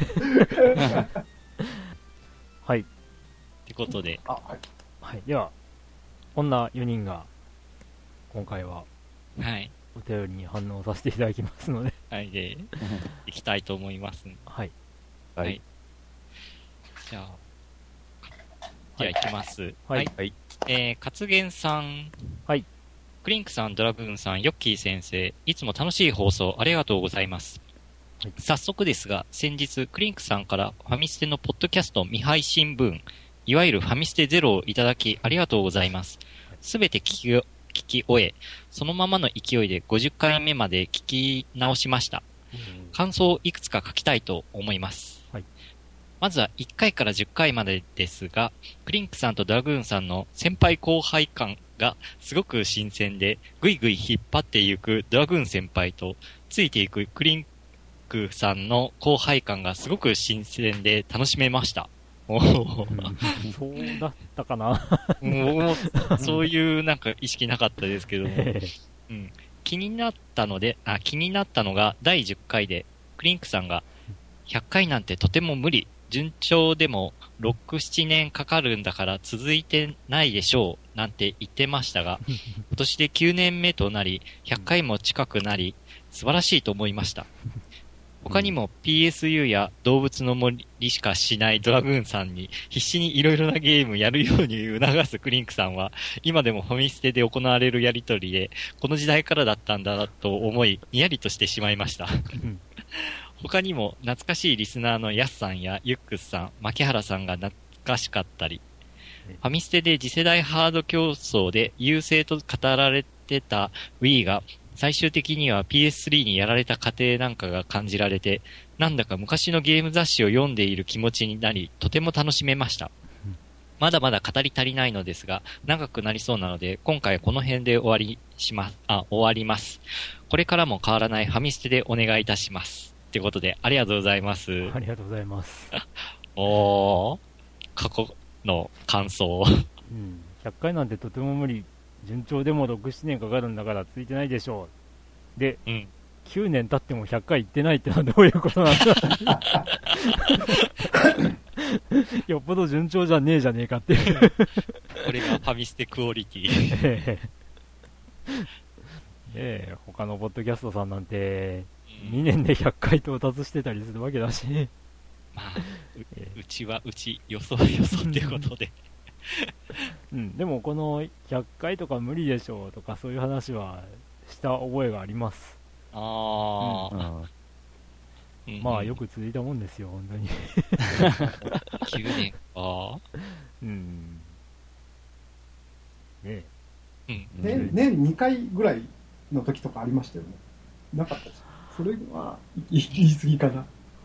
Speaker 1: はい。
Speaker 2: ってことで。
Speaker 5: あ、はい。
Speaker 1: はい。では、こんなよにんが、今回は、
Speaker 2: はい。
Speaker 1: お便りに反応させていただきますので。
Speaker 2: はい、で、いきたいと思います。
Speaker 1: はい。
Speaker 2: はい。じゃあ、じゃあいきます。はい。はい。えー、勝元さん。
Speaker 1: はい。
Speaker 2: クリンクさん、ドラグーンさん、ヨッキー先生、いつも楽しい放送ありがとうございます。はい、早速ですが、先日、クリンクさんからファミステのポッドキャスト未配信分、いわゆるファミステゼロをいただきありがとうございます。すべて聞き、聞き終え、そのままの勢いでごじゅっかいめまで聞き直しました。感想をいくつか書きたいと思います。はい、まずはいっかいからじゅっかいまでですが、クリンクさんとドラグーンさんの先輩後輩感がすごく新鮮で、ぐいぐい引っ張っていくドラグーン先輩と、ついていくクリンクさんの後輩感がすごく新鮮で楽しめました。お
Speaker 1: そうだったかな
Speaker 2: もうそういうなんか意識なかったですけども、うん、気になったのであ気になったのがだいじゅっかいでクリンクさんがひゃっかいなんてとても無理、順調でもろく、ななねんかかるんだから続いてないでしょうなんて言ってましたが、今年できゅうねんめとなりひゃっかいも近くなり素晴らしいと思いました。他にも ピーエスユー や動物の森しかしないドラグーンさんに必死にいろいろなゲームやるように促すクリンクさんは、今でもファミステで行われるやりとりで、この時代からだったんだなと思い、にやりとしてしまいました。他にも懐かしいリスナーのヤスさんやユックスさん、牧原さんが懐かしかったり、 ファミステで次世代ハード競争で優勢と語られてた Wii が、最終的には ピーエススリー にやられた過程なんかが感じられて、なんだか昔のゲーム雑誌を読んでいる気持ちになり、とても楽しめました。まだまだ語り足りないのですが、長くなりそうなので、今回はこの辺で終わりします、あ、終わります。これからも変わらないファミステでお願いいたします。ということで、ありがとうございます。
Speaker 1: ありがとうございます。
Speaker 2: おー、過去の感想。
Speaker 1: うん、ひゃっかいなんてとても無理。順調でもろく、ななねんかかるんだからついてないでしょう。で、うん、きゅうねん経ってもひゃっかい行ってないってのはどういうことなんだよっぽど順調じゃねえじゃねえかっていう
Speaker 2: これがファミステクオリティ
Speaker 1: ねえ、他のポッドキャストさんなんてにねんでひゃっかい到達してたりするわけだし、
Speaker 2: まあ、う, うちはうちよそはよそってことで
Speaker 1: うん、でもこのひゃっかいとか無理でしょうとかそういう話はした覚えがあります。
Speaker 2: ああ、
Speaker 1: うん、まあよく続いたもんですよ本当に
Speaker 2: きゅうねんか。
Speaker 1: うんねえ、
Speaker 5: うん、年, 年にかいぐらいの時とかありましたよね。なかったです。それは言い過ぎかな。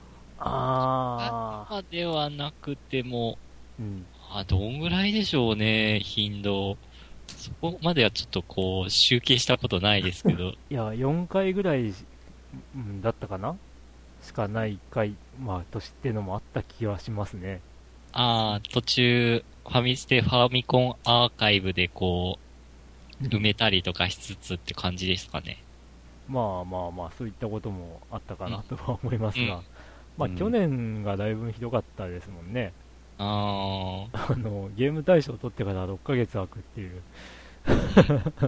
Speaker 2: ああではなくても、うん、あ、どんぐらいでしょうね、頻度。そこまではちょっとこう、集計したことないですけど。
Speaker 1: いや、よんかいぐらい、うん、だったかなしかない回、まあ、年っていうのもあった気はしますね。
Speaker 2: ああ、途中、ファミステファミコンアーカイブでこう、埋めたりとかしつつって感じですかね。
Speaker 1: まあまあまあ、そういったこともあったかなとは思いますが、うん、まあ、
Speaker 2: うん、
Speaker 1: 去年がだいぶひどかったですもんね。
Speaker 2: あ
Speaker 1: あのゲーム大賞を取ってからろっかげつ空くっていう、
Speaker 2: うん、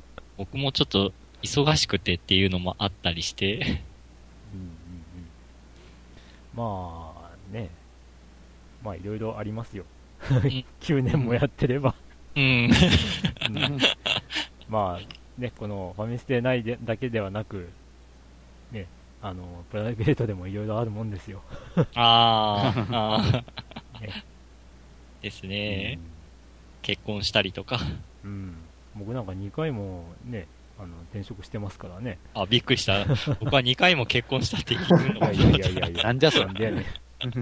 Speaker 2: 僕もちょっと忙しくてっていうのもあったりしてうん、うん、うん、
Speaker 1: まあね、まあいろいろありますよきゅうねんもやってれば
Speaker 2: うん、
Speaker 1: うん、まあね、このファミステ内でだけではなくね、あのプライベートでもいろいろあるもんですよ
Speaker 2: あーあー、ねですね、うん、結婚したりとか、
Speaker 1: うん、僕なんかにかいもね、あの転職してますからね。
Speaker 2: あ、びっくりした。僕はにかいも結婚したって聞くのも
Speaker 1: いやいやいやいや、
Speaker 3: なんじゃそれ。
Speaker 1: なんでやね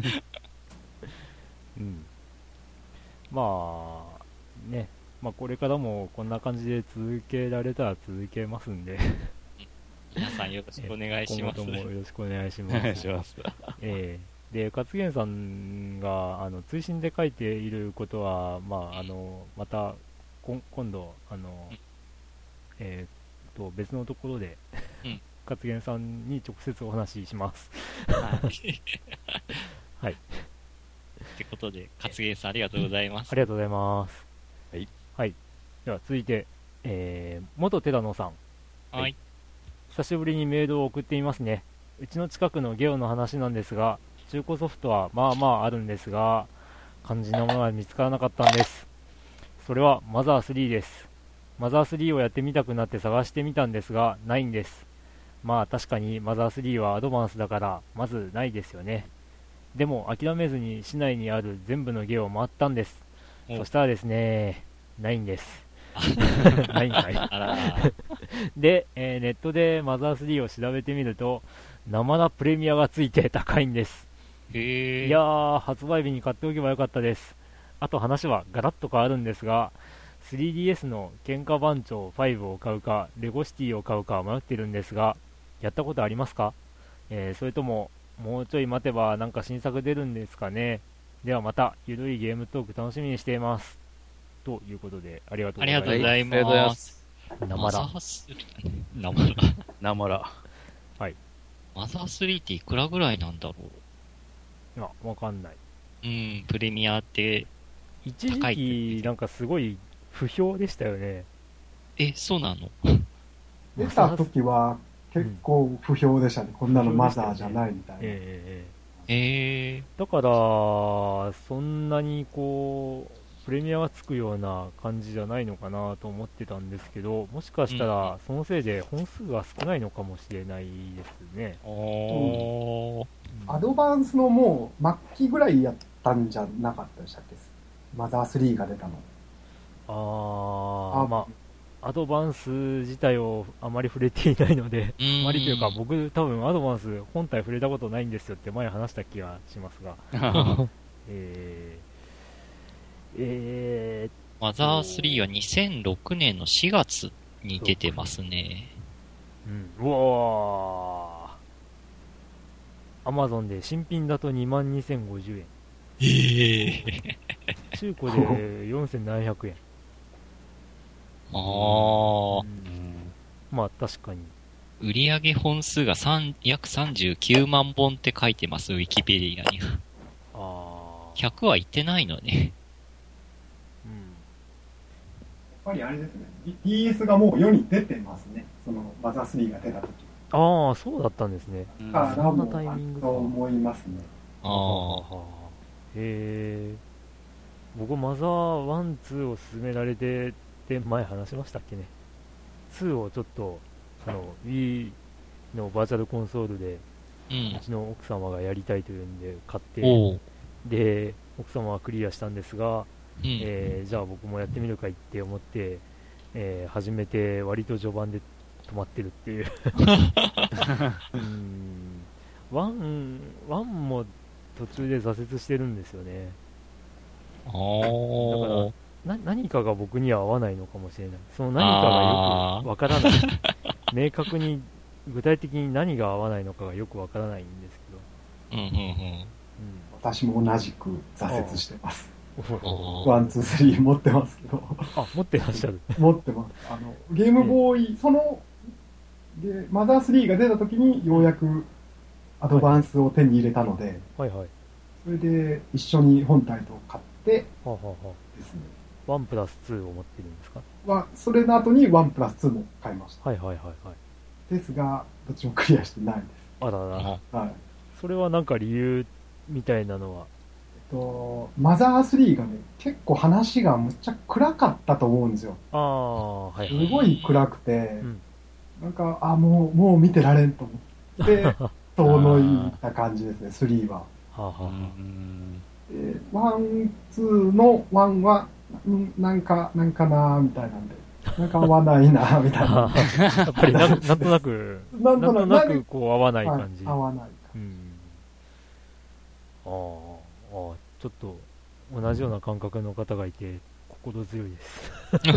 Speaker 1: うん。まあね、まあこれからもこんな感じで続けられたら続けますんで
Speaker 2: 皆さんよろしくお願いします。
Speaker 1: 今後ともよろしくお願いします。
Speaker 2: お願いします。
Speaker 1: えーで、勝元さんがあの追伸で書いていることは、まあ、あのまたこ今度あの、うん、えー、と別のところで、うん、勝元さんに直接お話しします。はい。はい。
Speaker 2: ってことで、勝元さんありがとうございます。
Speaker 1: ありがとうございます。
Speaker 3: はい。
Speaker 1: はい。では続いて、えー、元寺野さん。
Speaker 2: はい。はい、
Speaker 1: 久しぶりにメールを送っていますね。うちの近くのゲオの話なんですが、中古ソフトはまあまああるんですが、肝心なものは見つからなかったんです。それはマザースリーです。マザースリーをやってみたくなって探してみたんですが、ないんです。まあ確かにマザースリーはアドバンスだから、まずないですよね。でも諦めずに市内にある全部のゲオを回ったんです。そしたらですね、ないんです。ないんかい。で、えー、ネットでマザースリーを調べてみると、生ラプレミアがついて高いんです。
Speaker 2: へ
Speaker 1: いやー、発売日に買っておけばよかったです。あと話はガラッと変わるんですが、スリーディーエス の喧嘩番長ファイブを買うか、レゴシティを買うか迷ってるんですが、やったことありますか？えー、それとも、もうちょい待てばなんか新作出るんですかね。ではまた、ゆるいゲームトーク楽しみにしています。ということで、ありがとうございます。
Speaker 2: ありがとうございます。ありがとうございます。
Speaker 1: 生ラ。
Speaker 2: 生ラ。
Speaker 3: 生ラ。
Speaker 1: はい。
Speaker 2: マザースリーっていくらぐらいなんだろう。
Speaker 1: いや、わかんない。
Speaker 2: うん、プレミアって
Speaker 1: 一時期なんかすごい不評でしたよね。
Speaker 2: え、そうなの？
Speaker 5: 出た時は結構不評でしたね。うん、こんなのマザーじゃないみたいな。
Speaker 1: え
Speaker 2: ー、え
Speaker 1: ー、だからそんなにこうプレミアがつくような感じじゃないのかなと思ってたんですけど、もしかしたらそのせいで本数が少ないのかもしれないですね。
Speaker 2: うん
Speaker 5: うん、アドバンスのもう末期ぐらいやったんじゃなかったでしたっけ？マザースリーが出たの。
Speaker 1: あー、まあ、アドバンス自体をあまり触れていないので、あまりというか、僕、多分アドバンス本体触れたことないんですよって前話した気がしますが。えー、え
Speaker 2: ー、マザースリーはにせんろくねんのしがつに出てますね。
Speaker 1: うん、うわー。アマゾンで新品だとにまんにせんごじゅうえん。
Speaker 2: ええ
Speaker 1: ー。中古でよんせんななひゃくえん。
Speaker 2: ああ、うん、
Speaker 1: まあ確かに。
Speaker 2: 売上本数が約さんじゅうきゅうまんぼんって書いてます、ウィキペディアには。ああ。ひゃくはいってないのね。
Speaker 5: うん。やっぱりあれですね。ディーエス がもう世に出てますね。そのマザースリーが出た時。
Speaker 1: ああ、そうだったんですね。
Speaker 5: うん、あそんなタイミングか。と思いますね。
Speaker 1: ああ。へえ。僕マザーワン、ツーを勧められてって前話しましたっけね。ツーをちょっとあの Wii のバーチャルコンソールで、うん、うちの奥様がやりたいというんで買って、で奥様はクリアしたんですが、うん、えー、じゃあ僕もやってみるかいって思って、えー、始めて割と序盤で止まってるっていううん、ワン、ワンも途中で挫折してるんですよね。だからな何かが僕には合わないのかもしれない。その何かがよくわからない明確に具体的に何が合わないのかがよくわからないんですけど、うんうんうんうん、
Speaker 5: 私も同じく挫折してます。ワン、ツー、スリー持ってますけど
Speaker 1: あ、持ってらっしゃる
Speaker 5: 持ってます。あのゲームボーイ、ええ、そのでマザースリーが出た時にようやくアドバンスを手に入れたので、
Speaker 1: はいはいはい、
Speaker 5: それで一緒に本体と買ってですね、はあは
Speaker 1: あ、ワンプラスツーを持ってるんですか？
Speaker 5: はそれの後にワンプラスツーも買いました。
Speaker 1: はいはいはいはい。
Speaker 5: ですがどっちもクリアしてないです。
Speaker 1: あらら、はい。それはなんか理由みたいなのは、
Speaker 5: えっとマザースリーがね結構話がむっちゃ暗かったと思うんですよ。ああ、はい、はい。すごい暗くて、うん、なんかあもうもう見てられんと思って遠のいた感じですね、スリーは。はあはあ、えー、ワン、ツーのワンは、んなんか、なんかなーみたいなんで、なんか合わないなーみたいな。
Speaker 1: やっぱりな、なんとなく、なんとなくこう合わない感じ。
Speaker 5: はい、合わない感じ。うん、
Speaker 1: ああ、ちょっと同じような感覚の方がいて、心強いです。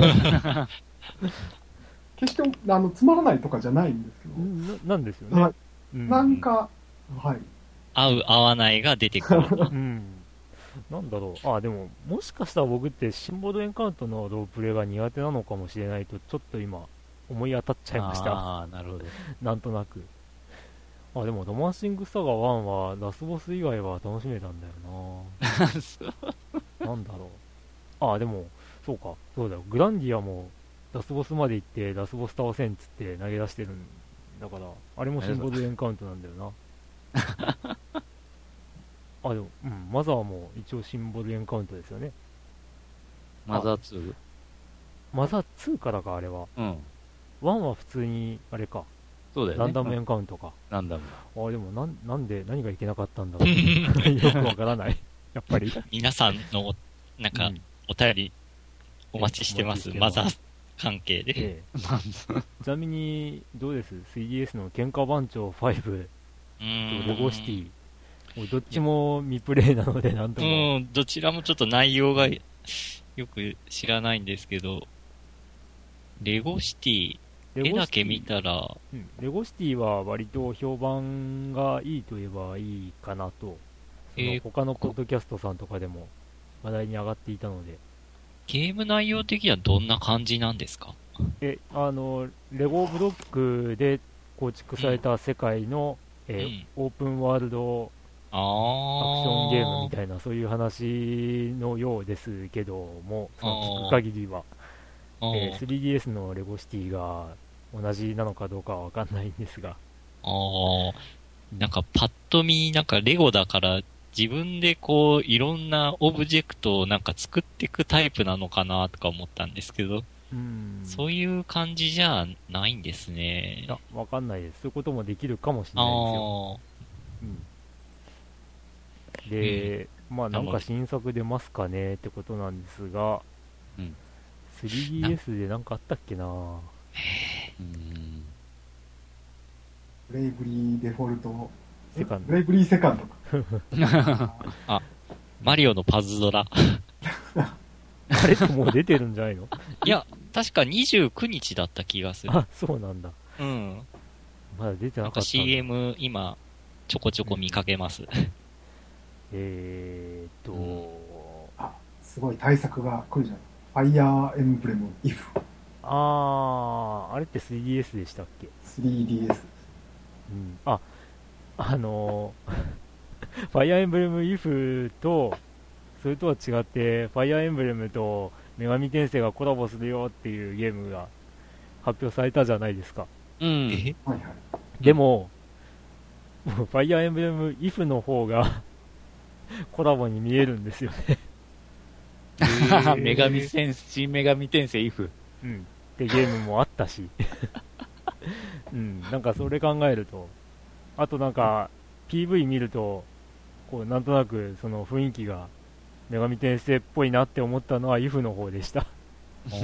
Speaker 5: 決してあのつまらないとかじゃないんですけど。
Speaker 1: な, なんですよね。
Speaker 5: うん、なんか、はい。
Speaker 2: 合う合わないが出てくる。うん。
Speaker 1: なんだろう。あ、でも、もしかしたら僕ってシンボードエンカウントのロープレイが苦手なのかもしれないと、ちょっと今、思い当たっちゃいました。
Speaker 2: ああ、なるほど。
Speaker 1: なんとなく。あ、でも、ダマーシングサガワンは、ラスボス以外は楽しめたんだよななんだろう。あ、でも、そうか。そうだよ。グランディアも、ラスボスまで行って、ラスボス倒せんっつって投げ出してるんだから、あれもシンボードエンカウントなんだよな。あ、でも、うん、マザーも一応シンボルエンカウントですよね。
Speaker 3: マザーツー？
Speaker 1: マザーツーからか、あれは。うん。ワンは普通に、あれか。
Speaker 3: そうだよね。
Speaker 1: ランダムエンカウントか。
Speaker 3: ランダム。
Speaker 1: あ、でもなん、なんで、何がいけなかったんだろう。よくわからない。やっぱり。
Speaker 2: 皆さんの、なんか、うん、お便り、お待ちしてます。マザー関係で。ええ、
Speaker 1: ちなみに、どうです ?スリーディーエス の喧嘩番長ファイブとレゴシティ。どっちも未プレイなのでなんとも。
Speaker 2: うん、どちらもちょっと内容がよく知らないんですけど、レゴシティ、絵だけ見たら、
Speaker 1: うん、レゴシティは割と評判がいいと言えばいいかなと。その他のポッドキャストさんとかでも話題に上がっていたので。
Speaker 2: ゲーム内容的にはどんな感じなんですか？
Speaker 1: え、あの、レゴブロックで構築された世界の、うん、えーうん、オープンワールドアクションゲームみたいなそういう話のようですけども、その聞く限りは、えー、スリーディーエス のレゴシティが同じなのかどうかは分かんないんですが、
Speaker 2: あー、なんかパッと見なんかレゴだから自分でこういろんなオブジェクトをなんか作っていくタイプなのかなとか思ったんですけど、うん、そういう感じじゃないんですね。
Speaker 1: いや、分かんないです。そういうこともできるかもしれないですよ。で、うん、まあなんか新作出ますかねってことなんですが、うん、 スリーディーエス でなんかあったっけな。
Speaker 3: へうん。
Speaker 5: ブレイブリーデフォルト。
Speaker 1: セカンド。
Speaker 5: ブレイブリーセカンドか。
Speaker 2: あ、マリオのパズドラ。
Speaker 1: あれってもう出てるんじゃないの？
Speaker 2: いや、確かにじゅうくにちだった気がする。
Speaker 1: あ、そうなんだ。
Speaker 2: うん。
Speaker 1: まだ出てなかったんだ。
Speaker 2: なんか シーエム 今、ちょこちょこ見かけます。
Speaker 1: えーっと、うん、
Speaker 5: あ、すごい対策が来るじゃん。ファイアーエンブレムイフ。
Speaker 1: あー、あれって スリーディーエス でしたっけ？
Speaker 5: スリーディーエス。
Speaker 1: うん。あ、あのー、ファイアーエンブレムイフと、それとは違って、ファイアーエンブレムと女神転生がコラボするよっていうゲームが発表されたじゃないですか。
Speaker 2: うん。
Speaker 5: はいはい。
Speaker 1: でも、ファイアーエンブレムイフの方がコラボに見えるんですよね。
Speaker 3: 女神転生、女神転生イフ。
Speaker 1: うん。ってゲームもあったし。うん。なんかそれ考えると、あとなんか ピーブイ 見ると、こうなんとなくその雰囲気が女神転生っぽいなって思ったのはイフの方でした。うん。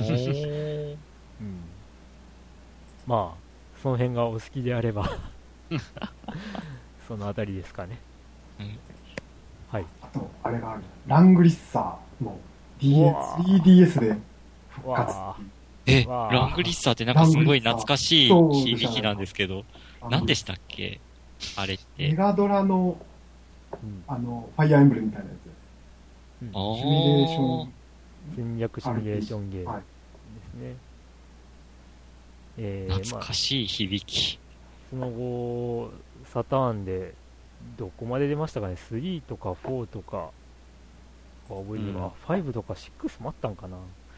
Speaker 1: まあ、その辺がお好きであればそのあたりですかね。
Speaker 2: うん、
Speaker 1: はい。
Speaker 5: あと、あれがある。ラングリッサーの スリーディーエス で復活っていう。
Speaker 2: え、ラングリッサーってなんかすごい懐かしい響きなんですけど、何でしたっけあれって。
Speaker 5: メガドラの、あの、ファイアーエンブレムみたいなやつ。
Speaker 2: うん、
Speaker 5: シミュレーション。
Speaker 1: 戦略シミュレーションゲームですね。はい、
Speaker 2: えー、懐かしい響き。
Speaker 1: まあ、その後、サターンで、どこまで出ましたかね、スリーとかフォーとか、覚えてるか、うん、ファイブとかシックスもあったんかな。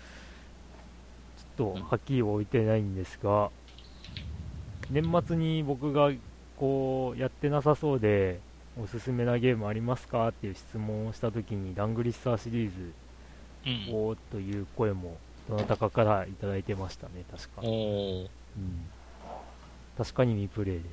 Speaker 1: ちょっとはっきりは置いてないんですが、年末に僕がこうやってなさそうで、おすすめなゲームありますかっていう質問をしたときに、ラングリッサーシリーズを、うん、という声もどなたかからいただいてましたね、確か。
Speaker 2: お、うん、
Speaker 1: 確かに未プレイです。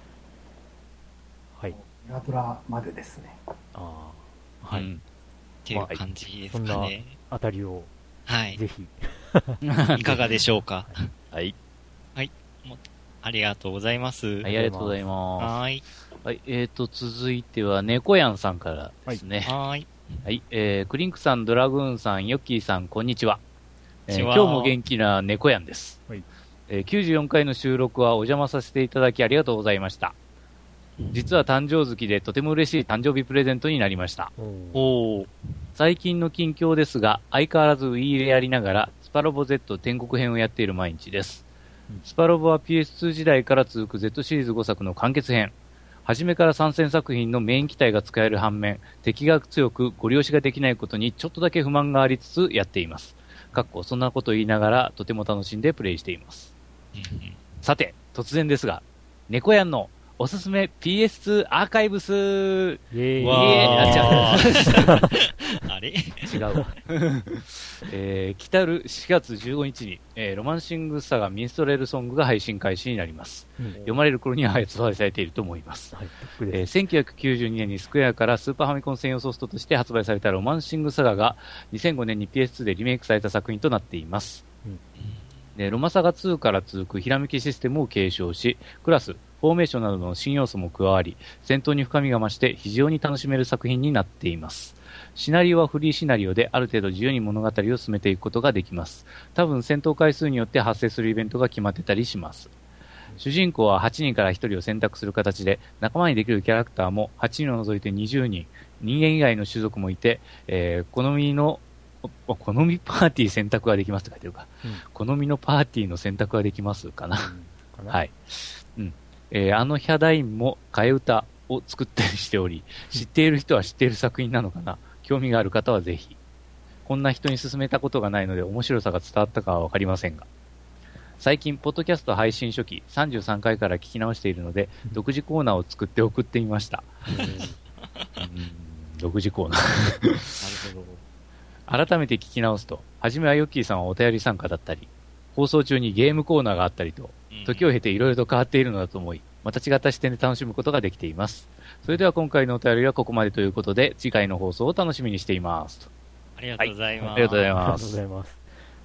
Speaker 1: はい。
Speaker 5: メガドラまでですね。
Speaker 1: ああ、はい、
Speaker 2: うん。っていう感じですかね。
Speaker 1: そんなあたりを、
Speaker 2: はい。
Speaker 1: ぜひ。
Speaker 2: いかがでしょうか。
Speaker 3: はい。
Speaker 2: はい。もありがとうございます。はい、
Speaker 3: ありがとうございます。
Speaker 2: はい。
Speaker 3: はい、えーと、続いては、猫やんさんからですね。
Speaker 2: はい。
Speaker 3: はい、えー、クリンクさん、ドラグーンさん、ヨッキーさん、こんにちは。えー、今日も元気な猫やんです。はい。えー、きゅうじゅうよんかいの収録はお邪魔させていただきありがとうございました。実は誕生月でとても嬉しい誕生日プレゼントになりました。おー。最近の近況ですが、相変わらずウィーでやりながら、スパロボ Z 天国編をやっている毎日です。スパロボは ピーエスツー 時代から続く Z シリーズごさくの完結編。初めから参戦作品のメイン機体が使える反面、敵が強くご利用しができないことにちょっとだけ不満がありつつやっています。かっこそんなことを言いながらとても楽しんでプレイしています。さて、突然ですが、猫やんのおすすめ ピーエスツー アーカイブスイェーイなっちゃう。
Speaker 2: あれ
Speaker 3: 違うわ。えー、来たるしがつじゅうごにちに、えー、ロマンシングサガミンストレルソングが配信開始になります。うん、読まれる頃には発売されていると思います。はい、えー、せんきゅうひゃくきゅうじゅうにねんにスクエアからスーパーファミコン専用ソフトとして発売されたロマンシングサガがにせんごねんに ピーエスツー でリメイクされた作品となっています。うんでロマサガツーから続くひらめきシステムを継承し、クラス、フォーメーションなどの新要素も加わり、戦闘に深みが増して非常に楽しめる作品になっています。シナリオはフリーシナリオである程度自由に物語を進めていくことができます。多分戦闘回数によって発生するイベントが決まってたりします。主人公ははちにんからひとりを選択する形で、仲間にできるキャラクターもはちにんを除いてにじゅうにん、人間以外の種族もいて、えー、好みの好みパーティー選択ができますって書いてるか、うん、好みのパーティーの選択ができますかな、うん、かなはい、うんえー、あのヒャダインも替え歌を作ったりしており、知っている人は知っている作品なのかな、興味がある方はぜひ。こんな人に勧めたことがないので面白さが伝わったかはわかりませんが、最近ポッドキャスト配信初期さんじゅうさんかいから聞き直しているので、うん、独自コーナーを作って送ってみました、うん、独自コーナーなるほど。改めて聞き直すと、はじめはヨッキーさんはお便り参加だったり、放送中にゲームコーナーがあったりと、時を経ていろいろと変わっているのだと思い、また違った視点で楽しむことができています。それでは今回のお便りはここまでということで、次回の放送を楽しみにしています。
Speaker 2: ありがとうございます。
Speaker 3: はい、ありがとうございます。
Speaker 1: ありがとうございます。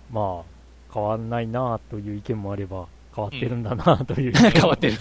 Speaker 1: まあ変わんないなという意見もあれば変わってるんだなという、うん、
Speaker 3: 変わってる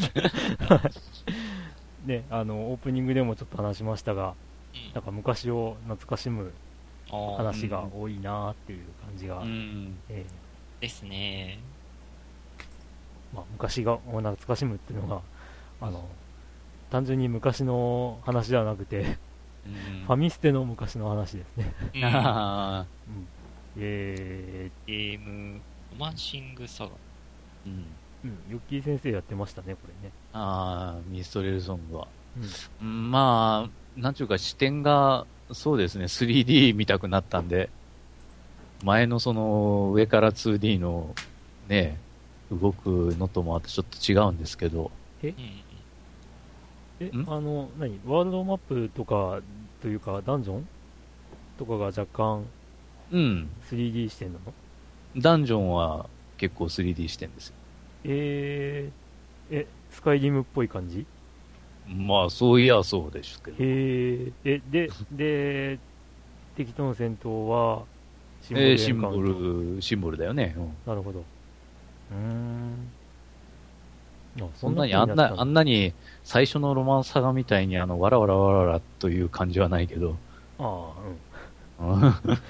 Speaker 1: ね、あのオープニングでもちょっと話しましたが、うん、なんか昔を懐かしむ話が多いなっていう感じが、うんえ
Speaker 2: ー、ですね。
Speaker 1: まあ、昔が懐かしむっていうのがあの単純に昔の話ではなくて、うん、ファミステの昔の話ですね。うんうん
Speaker 2: えー、ゲームロマンシングサガ、
Speaker 1: うんうん、ヨッキー先生やってましたね、これね。
Speaker 3: ああ、ミストレルソングは、うん、まあなんちゅうか視点がそうですね スリーディー 見たくなったんで、前のその上から ツーディー のね動くのともまたちょっと違うんですけど、
Speaker 1: え、えあの何ワールドマップとかというかダンジョンとかが若干
Speaker 3: うん
Speaker 1: スリーディー 視点なの？
Speaker 3: ダンジョンは結構 スリーディー 視点ですよ。
Speaker 1: えー、えスカイリムっぽい感じ？
Speaker 3: まあそういやそうですけど。
Speaker 1: へえでで敵との戦闘は
Speaker 3: シンボル、えー、シンボルシンボルだよね、うん、
Speaker 1: なるほど。うーん
Speaker 3: あそんなにあんなあんなに最初のロマンサガみたいにあのわらわらわらわらという感じはないけど、
Speaker 1: ああうん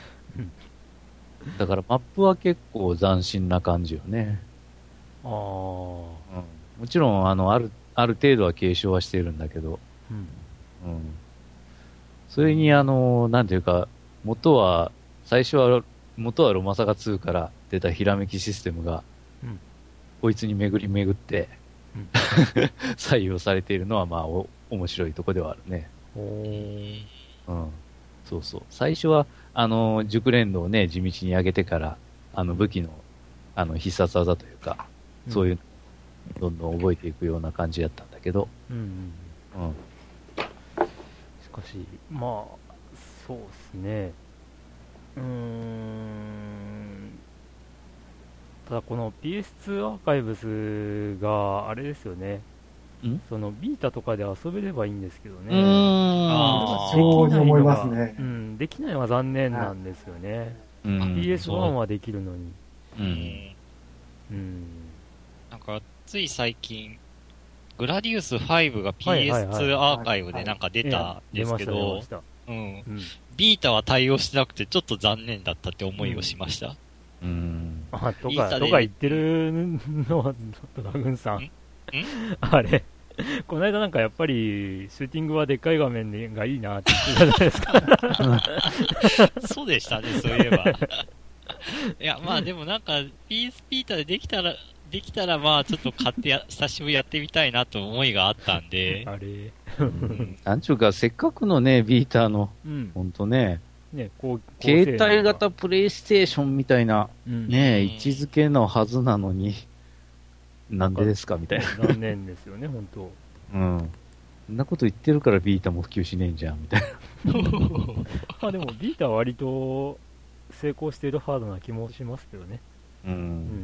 Speaker 3: だからマップは結構斬新な感じよね。
Speaker 1: ああ、うん、
Speaker 3: もちろんあのあるある程度は継承はしてるんだけど、うんうん、それにあのなんていうか元は最初は元はロマサガツーから出たひらめきシステムが、うん、こいつに巡り巡って、うん、採用されているのはまあお面白いとこではあるね。
Speaker 1: おー、
Speaker 3: うん、そうそう。最初はあの熟練度をね地道に上げてからあの武器のあの必殺技というか、うん、そういうどんどん覚えていくような感じだったんだけど、うんうんうん、
Speaker 1: しかしまあそうですね。うーんただこの ピーエスツー アーカイブスがあれですよね。そのビータとかで遊べればいいんですけどね。うーん
Speaker 5: あそうに思いますね。
Speaker 1: うん、できないのは残念なんですよね。ピーエスワン はできるのに。うん。
Speaker 2: うん。なんかつい最近グラディウスファイブが ピーエスツー アーカイブでなんか出たんですけど、うん。ビータは対応してなくてちょっと残念だったって思いをしました。
Speaker 3: うん。うん
Speaker 1: あとかとか言ってるのはドラグンさん。んあれ。この間なんかやっぱりシューティングはでっかい画面がいいなって言ってたじゃないですか。
Speaker 2: そうでしたね、そういえば。いや、まあでもなんか ピーエス ビータでできたら、できたらまあちょっと買ってや、久しぶりやってみたいなと思いがあったんで。
Speaker 1: あれ、
Speaker 3: うん、なんちゅうかせっかくのね、ビータの、うん、ほんとね、
Speaker 1: ねこう
Speaker 3: 携帯型プレイステーションみたいな、うん、ね、位置づけのはずなのに、なんでですかみたいな。
Speaker 1: 残念ですよね、本当。
Speaker 3: うん。そんなこと言ってるからビータも普及しねえんじゃん、みたいな。
Speaker 1: まあでもビータは割と成功しているハードな気もしますけどね。
Speaker 3: うん。うん、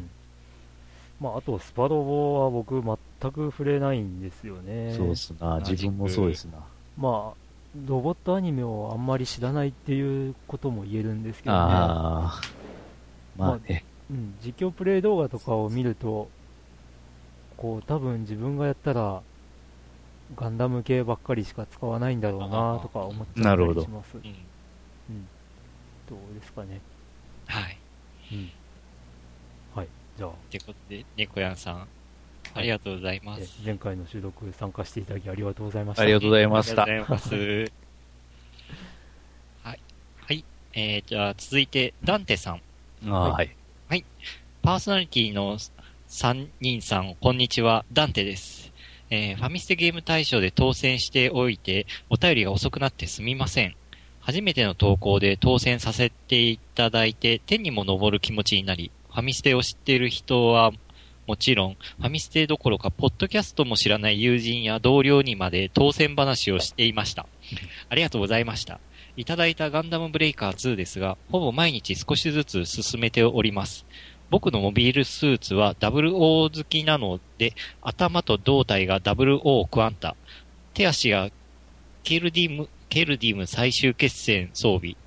Speaker 1: まああとスパロボは僕全く触れないんですよね。
Speaker 3: そうっすな。自分もそうですな。
Speaker 1: まあ、ロボットアニメをあんまり知らないっていうことも言えるんですけどね。
Speaker 3: ああ。まあね、
Speaker 1: まあ。うん。実況プレイ動画とかを見ると、こう多分自分がやったらガンダム系ばっかりしか使わないんだろうなとか思っちゃったりします。うん、うん、どうですかね。
Speaker 2: はい。
Speaker 1: うん、はい。じゃあ。
Speaker 2: ってことで、猫やんさん、ありがとうございます。
Speaker 1: 前回の収録参加していただきありがとうございました。
Speaker 3: ありがとうございました。
Speaker 2: ありがとうございます。はい。はい。えー、じゃあ続いて、ダンテさん。
Speaker 3: あはい。
Speaker 2: はい。パーソナリティのさんにんさん、こんにちは、ダンテです。えー、ファミステゲーム大賞で当選しておいて、お便りが遅くなってすみません。初めての投稿で当選させていただいて、天にも昇る気持ちになり、ファミステを知っている人はもちろん、ファミステどころか、ポッドキャストも知らない友人や同僚にまで当選話をしていました。ありがとうございました。いただいたガンダムブレイカーツーですが、ほぼ毎日少しずつ進めております。僕のモビルスーツは ダブルオー 好きなので、頭と胴体が ダブルオー クワンタ、手足がケルディム、ケルディム最終決戦装備、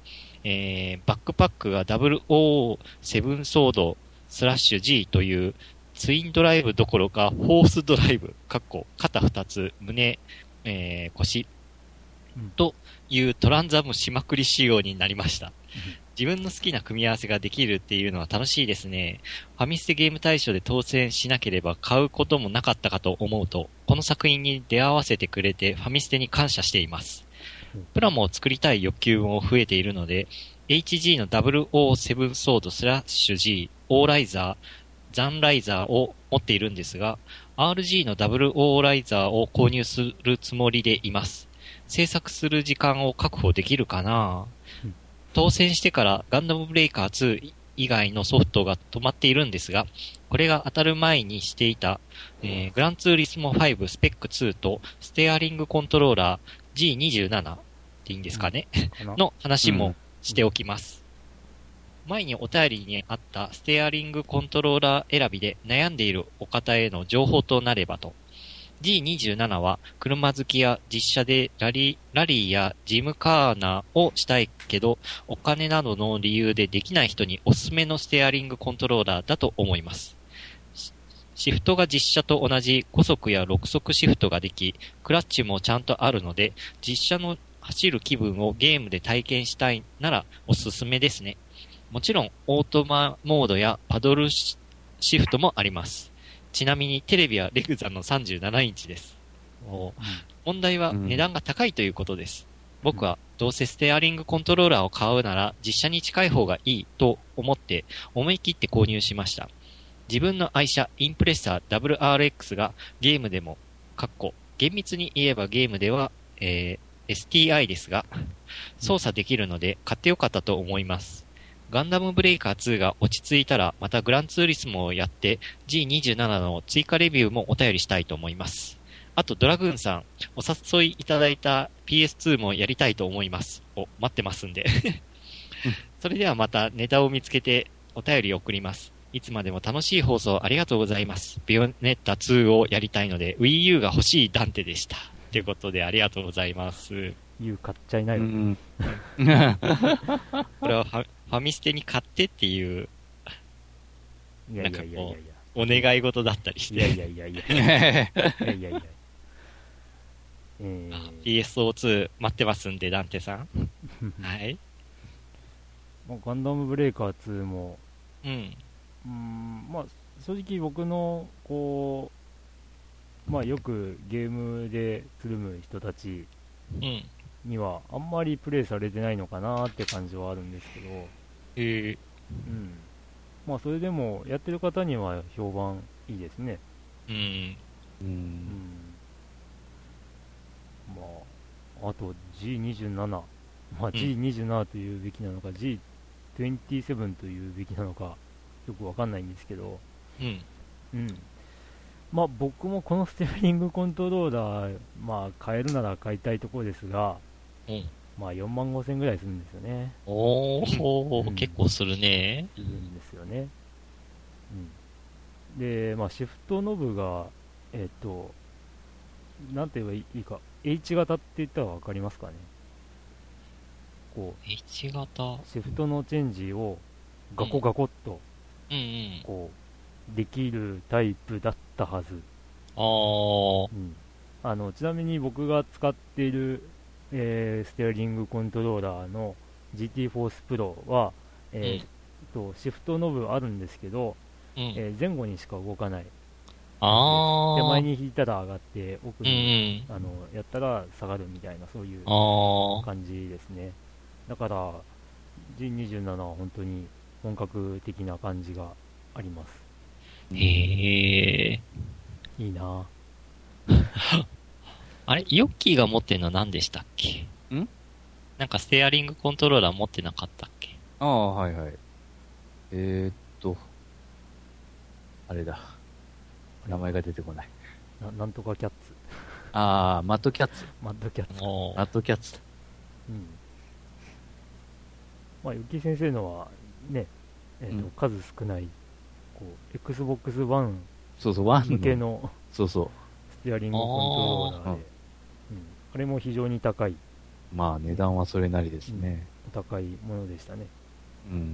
Speaker 2: えー、バックパックが ダブルオーセブン ソードスラッシュ G というツインドライブどころかフォースドライブ、かっこ肩二つ、胸、えー、腰、うん、というトランザムしまくり仕様になりました。自分の好きな組み合わせができるっていうのは楽しいですね。ファミステゲーム大賞で当選しなければ買うこともなかったかと思うと、この作品に出会わせてくれてファミステに感謝しています。プラモを作りたい欲求も増えているので、エイチジー の ダブルオーセブン ソードスラッシュ G、オーライザー、ザンライザーを持っているんですが、アールジー の ダブルオーライザーを購入するつもりでいます。制作する時間を確保できるかな、うん、当選してからガンダムブレイカーツー以外のソフトが止まっているんですが、これが当たる前にしていた、えー、グランツーリスモファイブスペックツーとステアリングコントローラー ジーにじゅうなな っていいんですかね、うん、の話もしておきます。うん、前にお便りにあったステアリングコントローラー選びで悩んでいるお方への情報となればと。ジーにじゅうなな は車好きや実車でラリー、ラリーやジムカーナーをしたいけどお金などの理由でできない人におすすめのステアリングコントローラーだと思います。シフトが実車と同じご速やろく速シフトができ、クラッチもちゃんとあるので、実車の走る気分をゲームで体験したいならおすすめですね。もちろんオートマモードやパドルシフトもあります。ちなみにテレビはレグザのさんじゅうななインチです。うん、問題は値段が高いということです。うん、僕はどうせステアリングコントローラーを買うなら実車に近い方がいいと思って思い切って購入しました。自分の愛車インプレッサー ダブルアールエックス がゲームでも、かっこ厳密に言えばゲームでは、えー、エスティーアイ ですが、操作できるので買ってよかったと思います。ガンダムブレイカーツーが落ち着いたらまたグランツーリスモをやって ジーにじゅうなな の追加レビューもお便りしたいと思います。あとドラグーンさん、お誘いいただいた ピーエスツー もやりたいと思います。お、待ってますんで。それではまたネタを見つけてお便りを送ります。いつまでも楽しい放送ありがとうございます。ビオネッタツーをやりたいので Wii U が欲しいダンテでした。ということでありがとうございます。
Speaker 1: U 買っちゃいないよ。うん、
Speaker 2: これはファファミステに買ってっていう、
Speaker 1: いやいやいやいや、
Speaker 2: お願い事だったりして。
Speaker 1: いやいやいやいや。いやいやいや。
Speaker 2: えー、ピーエスオーツー 待ってますんで、ダンテさん。はい。
Speaker 1: ガンダムブレイカーツーも、
Speaker 2: うん。
Speaker 1: うーん、まあ、正直僕の、こう、まあよくゲームでつるむ人たち、
Speaker 2: うん。
Speaker 1: にはあんまりプレイされてないのかなって感じはあるんですけど、
Speaker 2: へえ、
Speaker 1: うん、まあそれでもやってる方には評判いいですね。
Speaker 2: うん、
Speaker 1: うん、まああと ジーにじゅうなな、まあ ジーにじゅうなな というべきなのか、うん、ジーにじゅうなな というべきなのかよくわかんないんですけど、
Speaker 2: うん、
Speaker 1: うん、まあ僕もこのステアリングコントローラー、まあ買えるなら買いたいところですが。
Speaker 2: うん、
Speaker 1: まあよんまんごせんぐらいするんですよね。
Speaker 2: おー、うん、結構するね。
Speaker 1: するんですよね。うん、で、まあシフトノブが、えっと、なんて言えばいいか、H 型って言ったらわかりますかね。こ
Speaker 2: う、H 型
Speaker 1: シフトのチェンジをガコガコっと、
Speaker 2: うん、うんうん、
Speaker 1: こう、できるタイプだったはず。
Speaker 2: あー。
Speaker 1: うん、あの、ちなみに僕が使っているえー、ステアリングコントローラーの ジーティー フォース Pro は、えーうん、とシフトノブあるんですけど、うん、えー、前後にしか動かない。
Speaker 2: あ
Speaker 1: 手前に引いたら上がって奥に、うん、あのやったら下がるみたいなそういう感じですね。だから ジーにじゅうなな は本当に本格的な感じがあります。
Speaker 2: へえ
Speaker 1: ー、いいな
Speaker 2: あれヨッキーが持ってるのは何でしたっけ？
Speaker 3: ん？
Speaker 2: なんかステアリングコントローラー持ってなかったっけ？
Speaker 3: ああ、はいはい。えー、っと、あれだ。名前が出てこない。
Speaker 1: な, なんとかキャッツ。
Speaker 3: ああ、マッドキャッツ。
Speaker 1: マッドキャッツ。
Speaker 3: マッドキャッツ。
Speaker 1: うん。まあ、ヨッキー先生のは、ね、えーとうん、数少ない、こう、エックスボックスワン
Speaker 3: そうそう、ワン
Speaker 1: 向けの、
Speaker 3: そうそう。
Speaker 1: ステアリングコントローラーで、うん、あれも非常に高い
Speaker 3: まあ値段はそれなりですね。
Speaker 1: うん、お高いものでしたね。うん。うんうん、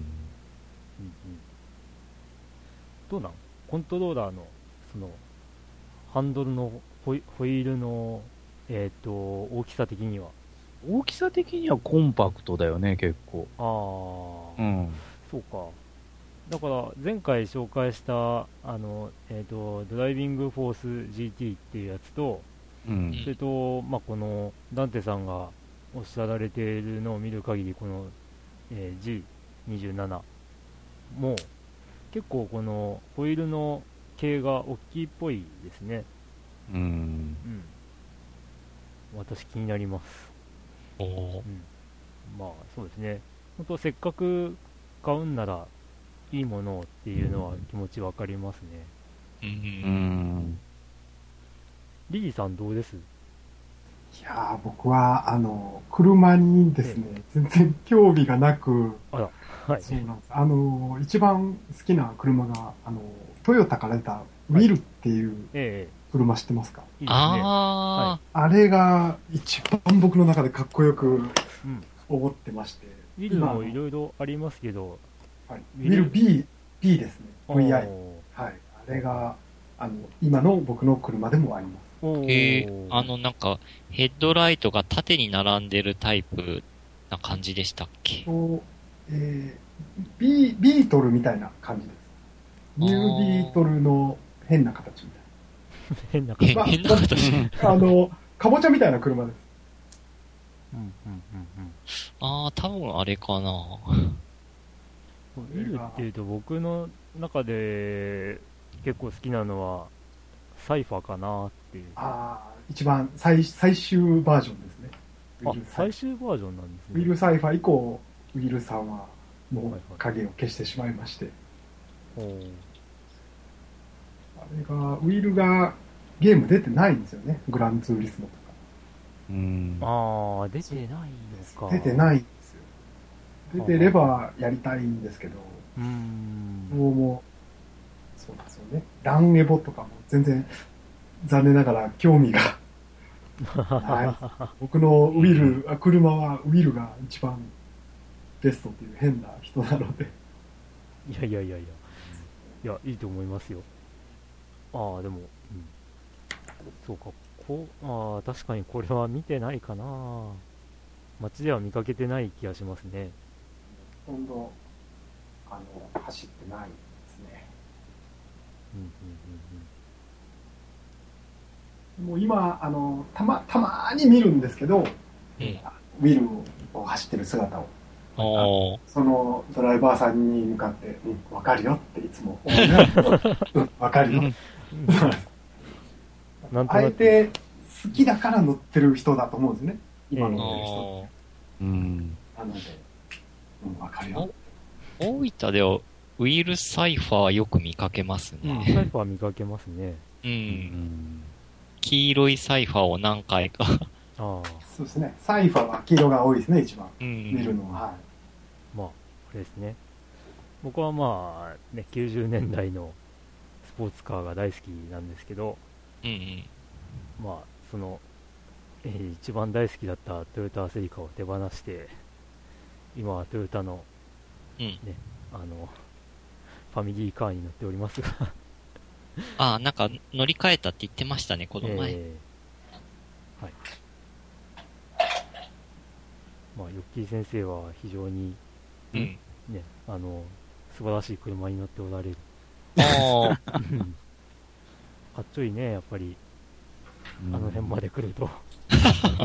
Speaker 1: どうなんコントローラーの、その、ハンドルのホイホイールの、えっと、大きさ的には。
Speaker 3: 大きさ的にはコンパクトだよね、結構。
Speaker 1: ああ。うん。そうか。だから前回紹介したあの、えーと、ドライビングフォース ジーティー っていうやつと、うん、それと、まあ、このダンテさんがおっしゃられているのを見る限りこの、えー、ジーにじゅうなな も結構このホイールの径が大きいっぽいですね。うん、うん、私気になります。お、うん、まあそうですね。本当せっかく買うんならいいものをっていうのは気持ちわかりますね。うん。リリーさんどうです？
Speaker 5: いやー、僕は、あの、車にですね、全然興味がなく、あら、はい。そうなんです。あの、一番好きな車が、あの、トヨタから出たウィルっていう車知ってますか？はい、いいですね。ああ。あれが一番僕の中でかっこよく思ってまして。
Speaker 1: ウィルもいろいろありますけど、
Speaker 5: はい、ウィル B、B ですね。ブイアイ。はい。あれが、あの、今の僕の車でもあります。
Speaker 2: えー、あの、なんか、ヘッドライトが縦に並んでるタイプな感じでしたっけ？
Speaker 5: そうえー、ビー、ビートルみたいな感じです。ニュービートルの変な形みたいな。
Speaker 1: 変な形、まあ、
Speaker 2: 変な形
Speaker 5: あの、かぼちゃみたいな車です。
Speaker 2: うんうんうんうん。ああ、多分あれかな。
Speaker 1: ウィルっていうと僕の中で結構好きなのはサイファーかなっていう。
Speaker 5: ああ、一番最最終バージョンですね。
Speaker 1: あ、最終バージョンなんですね。
Speaker 5: ウィルサイファー以降、ウィルさんはもう影を消してしまいまして。はいはい、あれが、ウィルがゲーム出てないんですよね。グランツーリスモとか。
Speaker 1: うん。ああ、出てないのか。
Speaker 5: 出てないんですよ。出てればやりたいんですけど、うん。もうもう、そうなんですよね。ランエボとかも全然、残念ながら興味がない。僕のウィル、あ、車はウィルが一番ベストっていう変な人なので。
Speaker 1: いやいやいやいや。いや、いいと思いますよ。ああ、でも、うん。そうか、こう、ああ、確かにこれは見てないかな。街では見かけてない気がしますね。
Speaker 5: ほとんど、あの、走ってないですね。うんうんうんうん。もう今、あの、たま、たまーに見るんですけど、うん、ウィルを走ってる姿を。そのドライバーさんに向かって、うん、わかるよっていつも思いながら、うん、わかるよ。なんとなく相手好きだから乗ってる人だと思うんですね。今乗ってる人って。うん。なので、うん、わかるよ。
Speaker 2: 大分ではウィルサイファーよく見かけますね。
Speaker 1: うん、サイファー見かけますね。うん。うん、
Speaker 2: 黄色いサイファーを何回か
Speaker 5: あ。そうですね。サイファーは黄色が多いですね、一番。うん、見るのは。はい。
Speaker 1: まあ、あれですね。僕はまあ、ね、きゅうじゅうねんだいのスポーツカーが大好きなんですけど、うんうん、まあ、その、えー、一番大好きだったトヨタアセリカを手放して、今はトヨタの、うん、ね、あの、ファミリーカーに乗っておりますが
Speaker 2: ああ、なんか乗り換えたって言ってましたね、この前。えー、はい。
Speaker 1: まあ、ヨッキー先生は非常に、うん、ね、あの、素晴らしい車に乗っておられる。ああ。かっちょいいね、やっぱり。あの辺まで来ると。うん、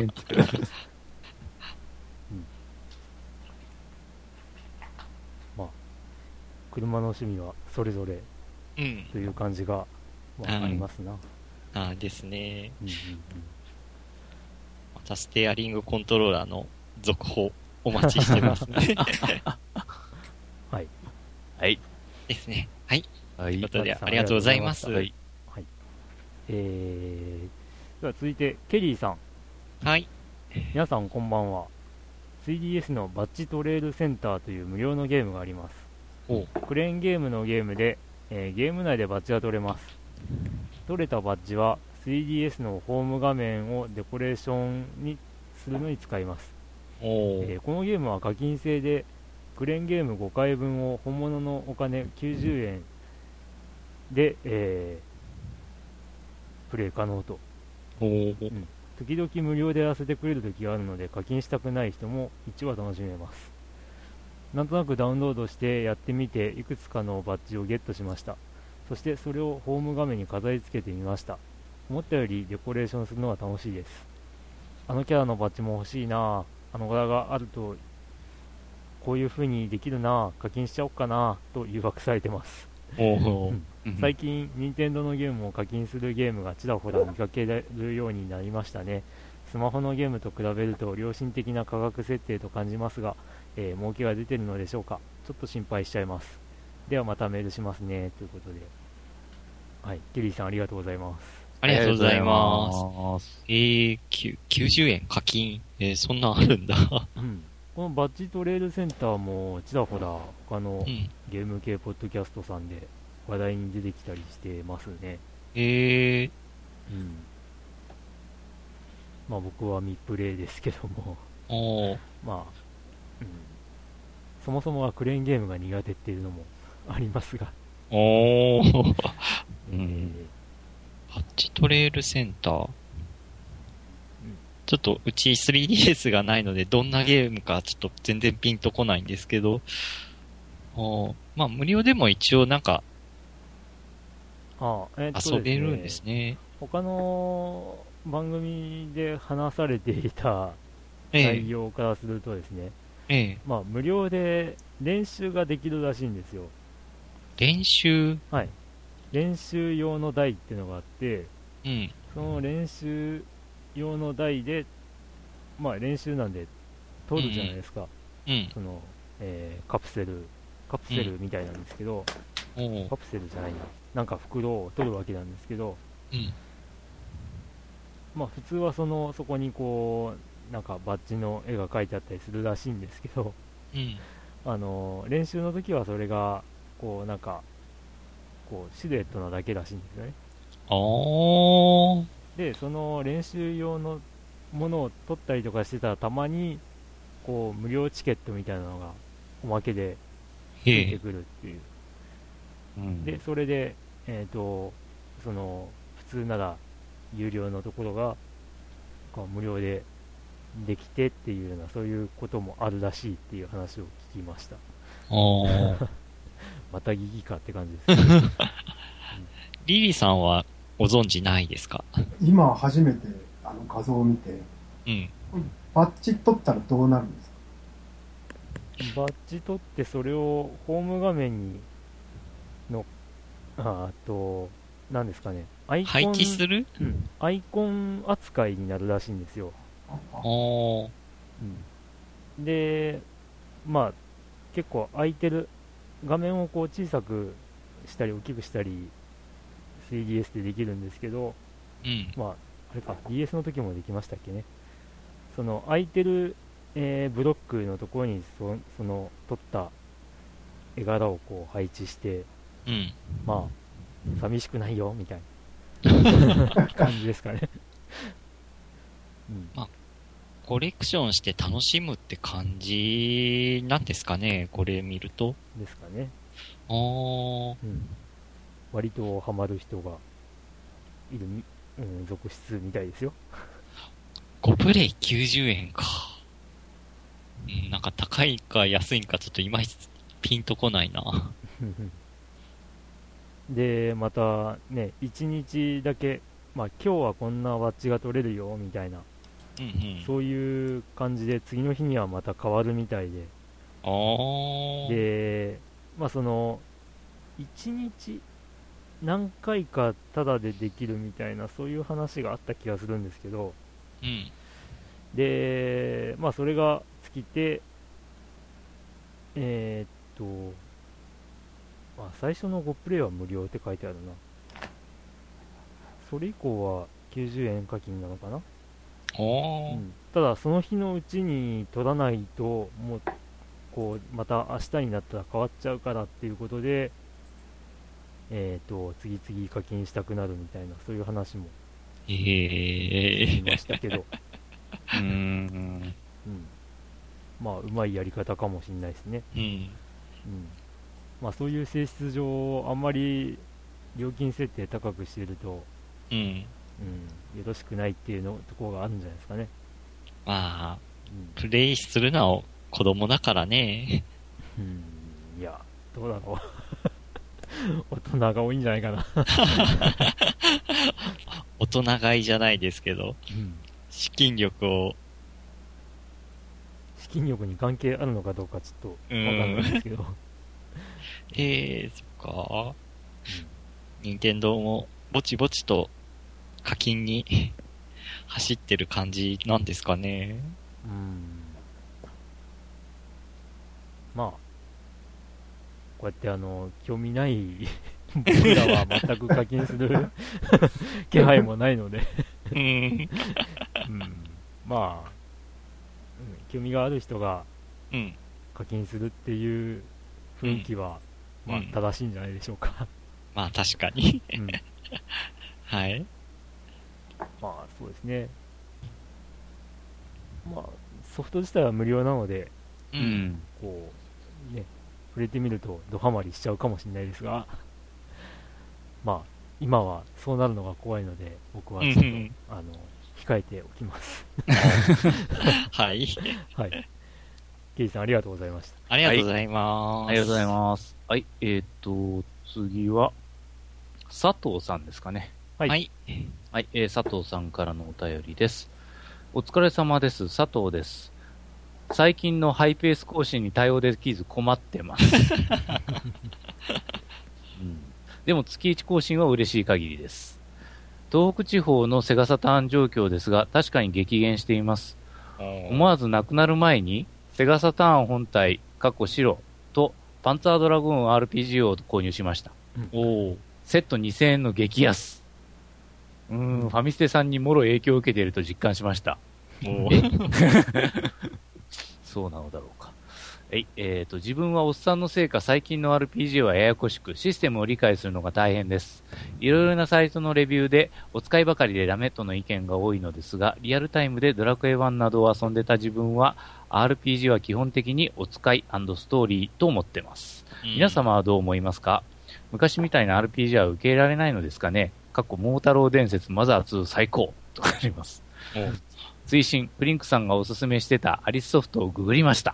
Speaker 1: まあ、車の趣味はそれぞれという感じが、まあ、ありますな。
Speaker 2: ああですね。うんうんうん、またステアリングコントローラーの続報お待ちしてますね。
Speaker 1: はい。
Speaker 2: はい。ですね。はい。はい。ということで、ありがとうございます。はい。
Speaker 1: はい、えー、では続いて、ケリーさん。はい。皆さんこんばんは。スリーディーエス のバッジトレールセンターという無料のゲームがあります。クレーンゲームのゲームで、えー、ゲーム内でバッジが取れます。取れたバッジは スリーディーエス のホーム画面をデコレーションにするのに使います。 えー、このゲームは課金制でクレーンゲームごかいぶんを本物のお金きゅうじゅうえんで、えー、プレイ可能と、うん、時々無料でやらせてくれる時があるので課金したくない人もいちわ楽しめます。なんとなくダウンロードしてやってみていくつかのバッジをゲットしました。そしてそれをホーム画面に飾り付けてみました。思ったよりデコレーションするのは楽しいです。あのキャラのバッジも欲しいな、あの柄があるとこういう風にできるな、課金しちゃおうかなと誘惑されてます。お最近任天堂のゲームを課金するゲームがちらほら見かけるようになりましたね。スマホのゲームと比べると良心的な価格設定と感じますが、えー、儲けが出てるのでしょうか。ちょっと心配しちゃいます。ではまたメールしますねということで、はい、ケリーさんありがとうございます。
Speaker 2: ありがとうございます。えー、きゅうじゅうえん課金、えー、そんなんあるんだ。
Speaker 1: うん、このバッジトレールセンターもちらほら他のゲーム系ポッドキャストさんで話題に出てきたりしてますね。
Speaker 2: えー、
Speaker 1: うん。まあ僕は未プレイですけども
Speaker 2: お
Speaker 1: まあ、うん、そもそもはクレーンゲームが苦手っていうのもありますが
Speaker 2: おー、うん、バッジトレールセンター、うん、ちょっとうち スリーディーエス がないのでどんなゲームかちょっと全然ピンとこないんですけど、おまあ無料でも一応なんか
Speaker 1: ああ、えーっとですね、
Speaker 2: 遊べるんですね。
Speaker 1: 他の番組で話されていた内容からするとですね、
Speaker 2: ええ、
Speaker 1: まあ無料で練習ができるらしいんですよ。
Speaker 2: 練習？
Speaker 1: はい。練習用の台っていうのがあって、
Speaker 2: うん、
Speaker 1: その練習用の台で、まあ練習なんで取るじゃないですか。
Speaker 2: うんうん、
Speaker 1: その、えー、カプセル、カプセルみたいなんですけど、うん、カプセルじゃないな。なんか袋を取るわけなんですけど、
Speaker 2: うん、
Speaker 1: まあ普通はその、そこにこう、なんかバッジの絵が描いてあったりするらしいんですけど、
Speaker 2: うん、
Speaker 1: あの練習の時はそれがこうなんかこうシルエットなだけらしいんですよね。
Speaker 2: あー。
Speaker 1: でその練習用のものを取ったりとかしてたらたまにこう無料チケットみたいなのがおまけでついてくるっていう、うん、でそれでえっとその普通なら有料のところがこう無料でできてっていうようなそういうこともあるらしいっていう話を聞きました。また聞きかって感じです、ね、うん、
Speaker 2: リリーさんはご存知ないですか？
Speaker 5: 今初めてあの画像を見て、
Speaker 2: うん、
Speaker 5: バッジ取ったらどうなるんです
Speaker 1: か？バッジ取ってそれをホーム画面にのあと何ですかね、アイコン
Speaker 2: 配置する、
Speaker 1: うん、アイコン扱いになるらしいんですよ。
Speaker 2: おー、
Speaker 1: うん、でまあ結構空いてる画面をこう小さくしたり大きくしたり スリーディーエス でできるんですけど、
Speaker 2: うん、
Speaker 1: まああれか ディーエス の時もできましたっけね。その空いてる、えー、ブロックのところに そ, その撮った絵柄をこう配置して、
Speaker 2: うん、
Speaker 1: まあ寂しくないよみたいな感じですかね。
Speaker 2: うん、まあコレクションして楽しむって感じなんですかね、これ見ると。
Speaker 1: ですかね。
Speaker 2: あー、
Speaker 1: うん、割とハマる人がいる、うん、続出みたいですよ。
Speaker 2: ごプレイきゅうじゅうえんか。うん、なんか高いか安いかちょっといまいちピンとこないな。
Speaker 1: で、またね、いちにちだけ、まあ今日はこんなバッジが取れるよみたいな、うんうん、そういう感じで次の日にはまた変わるみたいで、
Speaker 2: あー、
Speaker 1: で、まあそのいちにち何回かタダでできるみたいなそういう話があった気がするんですけど、
Speaker 2: うん、
Speaker 1: で、まあそれが尽きて、えー、っと、まあ最初のごプレイは無料って書いてあるな。それ以降はきゅうじゅうえん課金なのかな。うん、ただその日のうちに取らないともうこうまた明日になったら変わっちゃうからっていうことで、えー、と次々課金したくなるみたいなそういう話も
Speaker 2: えー、
Speaker 1: 言いましたけど、
Speaker 2: うーん、
Speaker 1: うん、 まいやり方かもしれないですね。
Speaker 2: うん。うん。
Speaker 1: まあそういう性質上、あんまり料金設定高くしてると、
Speaker 2: うん。うん。
Speaker 1: よろしくないっていうのところがあるんじゃないですかね。
Speaker 2: まあ、うん、プレイするのは子供だからね。
Speaker 1: うん、いや、どうだろう。大人が多いんじゃないかな。
Speaker 2: 大人買いじゃないですけど、うん、資金力を。
Speaker 1: 資金力に関係あるのかどうかちょっとわかんないですけど。
Speaker 2: えー、そっか。任天堂もぼちぼちと課金に走ってる感じなんですかね。
Speaker 1: うん。まあ、こうやってあの、興味ない僕らは全く課金する気配もないのでうん、うん。まあ、うん、興味がある人が課金するっていう雰囲気は、うん、まあ正しいんじゃないでしょうか
Speaker 2: まあ確かに、うん、はい。
Speaker 1: まあそうですね。まあソフト自体は無料なので、
Speaker 2: うん、
Speaker 1: こうね触れてみるとドハマりしちゃうかもしれないですが、まあ今はそうなるのが怖いので僕はちょっと、うん、あの控えておきます
Speaker 2: はい
Speaker 1: はい。ケイさんありがとうございました。
Speaker 2: ありがとうございます。
Speaker 3: はい、ありがとうございます。はい、えーと次は佐藤さんですかね。
Speaker 2: はい。はい、
Speaker 3: はい、えー、佐藤さんからのお便りです。お疲れ様です。佐藤です。最近のハイペース更新に対応できず困ってます。うん、でも月いち更新は嬉しい限りです。東北地方のセガサターン状況ですが、確かに激減しています。思わずなくなる前に、セガサターン本体、過去白とパンツァードラグーン アールピージー を購入しました。
Speaker 2: うん、おー。
Speaker 3: セットにせんえんの激安。うーん、ファミステさんにもろ影響を受けていると実感しました。
Speaker 2: お
Speaker 3: そうなのだろうか。えい、えーと、自分はおっさんのせいか最近の アールピージー はややこしく、システムを理解するのが大変です。いろいろなサイトのレビューで、お使いばかりでダメとの意見が多いのですが、リアルタイムでドラクエワンなどを遊んでた自分は、アールピージー は基本的にお使い&ストーリーと思ってます。うん、皆様はどう思いますか？昔みたいな アールピージー は受け入れられないのですかね。過去、桃太郎伝説マザーツー最高とあります。追伸、プリンクさんがおすすめしてたアリスソフトをググりました。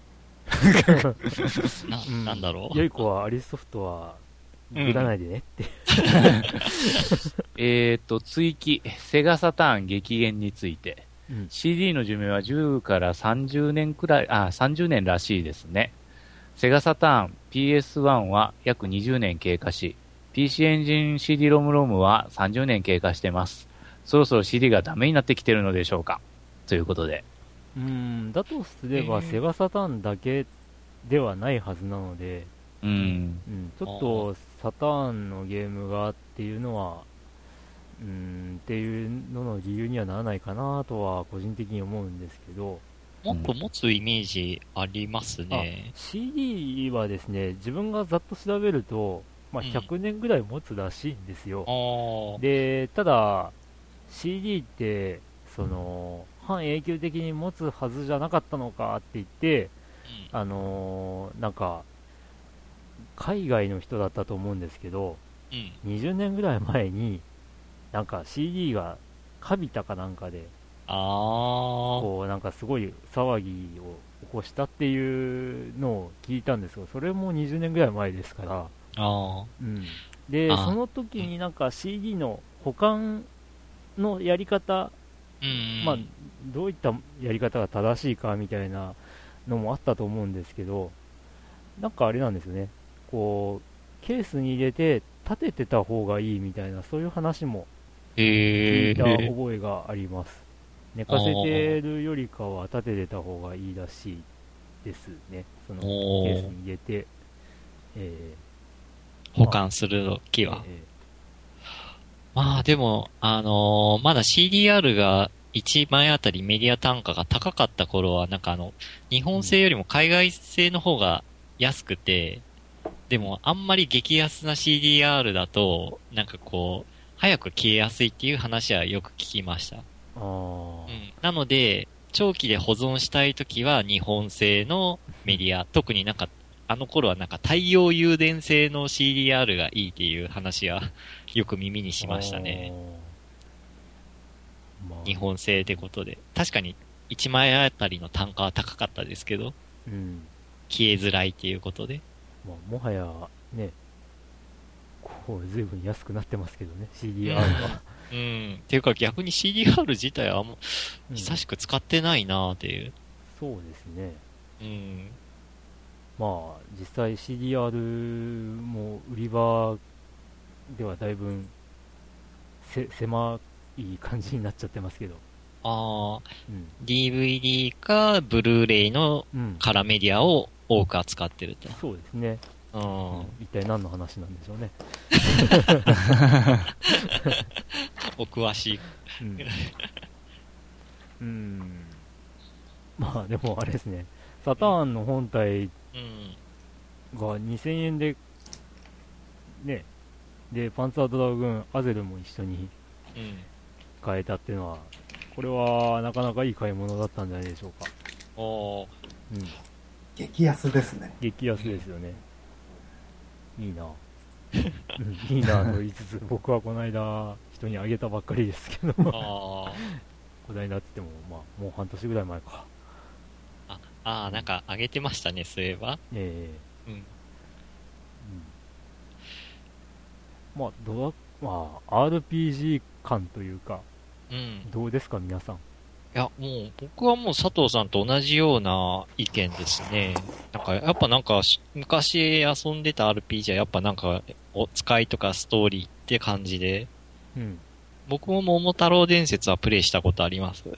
Speaker 2: な, なんだろう。
Speaker 1: 良い子はアリスソフトはググらないでねって。
Speaker 3: えっと、追記、セガサターン激減について、うん、シーディー の寿命はじゅうからさんじゅうねんくらい、あ、さんじゅうねんらしいですね。セガサターン ピーエスワン は約にじゅうねん経過し、ピーシー エンジン シーディー ロムロムはさんじゅうねん経過してます。そろそろ シーディー がダメになってきてるのでしょうかということで。
Speaker 1: うーん、だとすれば、えー、セガサターンだけではないはずなので、
Speaker 3: うん、うん、
Speaker 1: ちょっとサターンのゲームがっていうのは、うーん、っていうのの理由にはならないかなとは個人的に思うんですけど、
Speaker 2: もっと持つイメージありますね。
Speaker 1: シーディー はですね、自分がざっと調べると、まあ、ひゃくねんぐらい持つらしいんですよ。
Speaker 2: うん、
Speaker 1: で、ただ、シーディー って、その、半永久的に持つはずじゃなかったのかって言って、うん、あのー、なんか、海外の人だったと思うんですけど、
Speaker 2: うん、
Speaker 1: にじゅうねんぐらい前に、なんか シーディー がカビたかなんかで、
Speaker 2: あ
Speaker 1: こうなんかすごい騒ぎを起こしたっていうのを聞いたんですが、それもにじゅうねんぐらい前ですから、
Speaker 2: あ、
Speaker 1: うん、でその時になんか シーディー の保管のやり方、
Speaker 2: うん、
Speaker 1: まあ、どういったやり方が正しいかみたいなのもあったと思うんですけど、なんかあれなんですよね、こうケースに入れて立ててた方がいいみたいな、そういう話も聞いた覚えがあります。寝かせてるよりかは立ててた方がいいらしいですね。そのケースに入れて、え
Speaker 2: ー、保管する気は。えー、まあでも、あのー、まだ シーディーアール がいちまいあたりメディア単価が高かった頃は、なんかあの、日本製よりも海外製の方が安くて、うん、でもあんまり激安な シーディーアール だと、なんかこう、早く消えやすいっていう話はよく聞きました。
Speaker 1: あ、うん、
Speaker 2: なので、 長期で保存したいときは日本製のメディア、特になんか、あの頃はなんか太陽誘電性の シーディーアール がいいっていう話はよく耳にしましたね。まあ、日本製ってことで。確かにいちまいあたりの単価は高かったですけど、うん、消えづらいっていうことで。
Speaker 1: まあ、もはやね、こう随分安くなってますけどね、シーディーアール は。
Speaker 2: うん。っていうか逆に シーディーアール 自体はもう久しく使ってないなーっていう、
Speaker 1: うん。そうですね。
Speaker 2: うん。
Speaker 1: まあ、実際 シーディーアール も売り場ではだいぶせ狭い感じになっちゃってますけど。
Speaker 2: ああ、うん、ディーブイディー かブルーレイのカラーメディアを多く扱ってると。
Speaker 1: うん、そうですね。うん、一体何の話なんでしょうね。
Speaker 2: お詳しい。
Speaker 1: うん、うん。まあでもあれですね。サターンの本体がにせんえんで、ね、で、パンツァードラグーン、アゼルも一緒に買えたっていうのは、これはなかなかいい買い物だったんじゃないでしょうか。
Speaker 2: おー。
Speaker 5: うん。激安ですね。
Speaker 1: 激安ですよね。いいな。いいなと言いつつ、僕はこの間、人にあげたばっかりですけど。あこの間って言っても、まあ、もう半年ぐらい前か。
Speaker 2: あ、あー、なんかあげてましたね、そういえば。
Speaker 1: ええー。うん。うん。まあ、ドラ、まあ、アールピージー 感というか、うん、どうですか、皆さん。
Speaker 2: いや、もう、僕はもう佐藤さんと同じような意見ですね。なんか、やっぱなんか、昔遊んでた アールピージー はやっぱなんか、お使いとかストーリーって感じで、うん、僕も桃太郎伝説はプレイしたことあります。うん、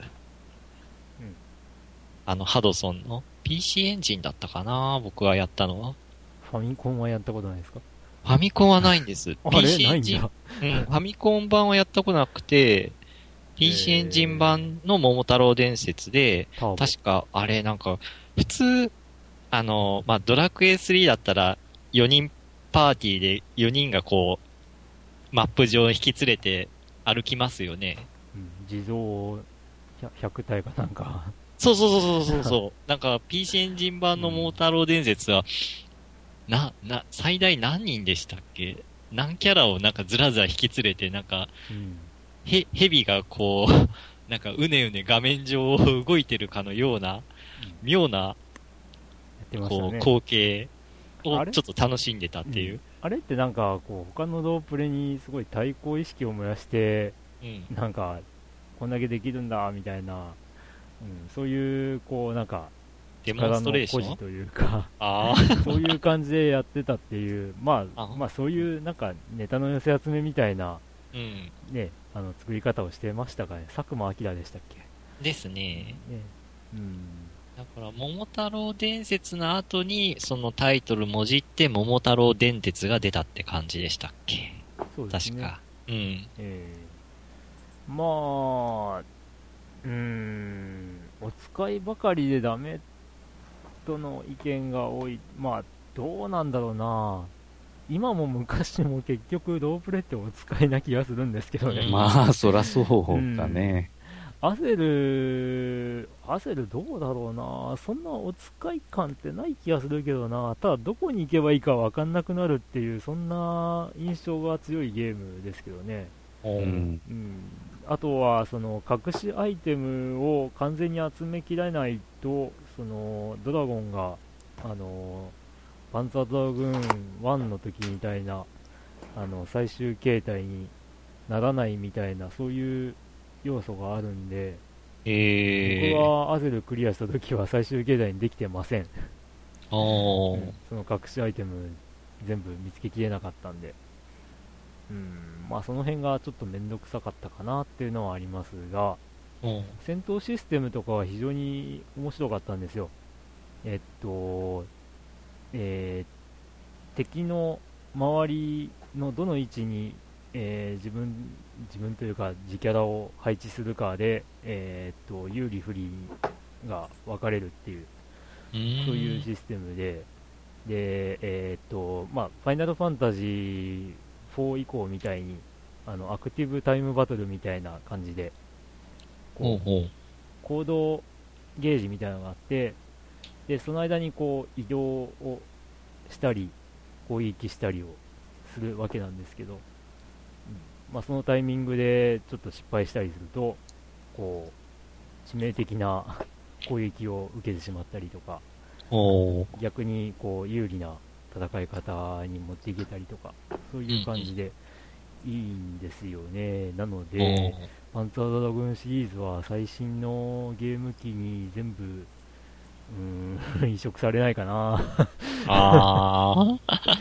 Speaker 2: あの、ハドソンの ピーシー エンジンだったかな、僕はやったのは。
Speaker 1: ファミコンはやったことないですか？
Speaker 2: ファミコンはないんです。
Speaker 1: ピーシー エンジン。うん、フ
Speaker 2: ァミコン版はやったことなくて、ピーシー エンジン版の桃太郎伝説で、確か、あれなんか、普通、あの、まあ、ドラクエスリーだったら、よにんパーティーでよにんがこう、マップ上引き連れて歩きますよね。
Speaker 1: うん、地蔵ひゃくたいかなんか。
Speaker 2: そうそうそうそうそう。なんか、ピーシー エンジン版の桃太郎伝説は、うん、な、な、最大何人でしたっけ？何キャラをなんかずらずら引き連れて、なんか、うんへ、蛇がこう、なんかうねうね画面上を動いてるかのような、妙な、こう、光景をちょっと楽しんでたっていう。
Speaker 1: あれってなんか、こう、他のロープレにすごい対抗意識を燃やして、うん、なんか、こんだけできるんだ、みたいな、うん、そういう、こう、なんか、
Speaker 2: デモンストレーション
Speaker 1: 力の誇示というかあそういう感じでやってたっていう、まあ、あまあそういうなんかネタの寄せ集めみたいな、うん、ね、あの作り方をしてましたかね。佐久間明でしたっけ
Speaker 2: ですね。ね、うん。だから、桃太郎伝説の後に、そのタイトルもじって桃太郎電鉄が出たって感じでしたっけ？そうですね。確か。うん。え
Speaker 1: ー、まあ、うーん、お使いばかりでダメとの意見が多い。まあ、どうなんだろうな。今も昔も結局ロープレってお使いな気がするんですけどね。
Speaker 3: まあ、そらそうだね。
Speaker 1: うん、アセル、アセルどうだろうな。そんなお使い感ってない気がするけどな。ただどこに行けばいいかわかんなくなるっていう、そんな印象が強いゲームですけどね。うん、うん、あとはその隠しアイテムを完全に集めきらないと、そのドラゴンがあのパンツァードラグーンワンの時みたいなあの最終形態にならないみたいな、そういう要素があるんで、えー、僕はアゼルクリアした時は最終形態にできてません。うん、その隠しアイテム全部見つけきれなかったんで、うん、まあその辺がちょっと面倒くさかったかなっていうのはありますが、戦闘システムとかは非常に面白かったんですよ。えっと、えー、敵の周りのどの位置に、えー、自分自分というか自キャラを配置するかで、えー、っと有利不利が分かれるっていう、そういうシステムで、で、えー、っとまあ、ファイナルファンタジーフォー以降みたいにあのアクティブタイムバトルみたいな感じで、こう、ほうほう、行動ゲージみたいなのがあって、でその間にこう移動をしたり攻撃したりをするわけなんですけど、うんまあ、そのタイミングでちょっと失敗したりするとこう致命的な攻撃を受けてしまったりとか、逆にこう有利な戦い方に持っていけたりとか、そういう感じでいいんですよね。なのでパンツァードラグーンシリーズは最新のゲーム機に全部うーん移植されないかな
Speaker 2: あー
Speaker 1: うん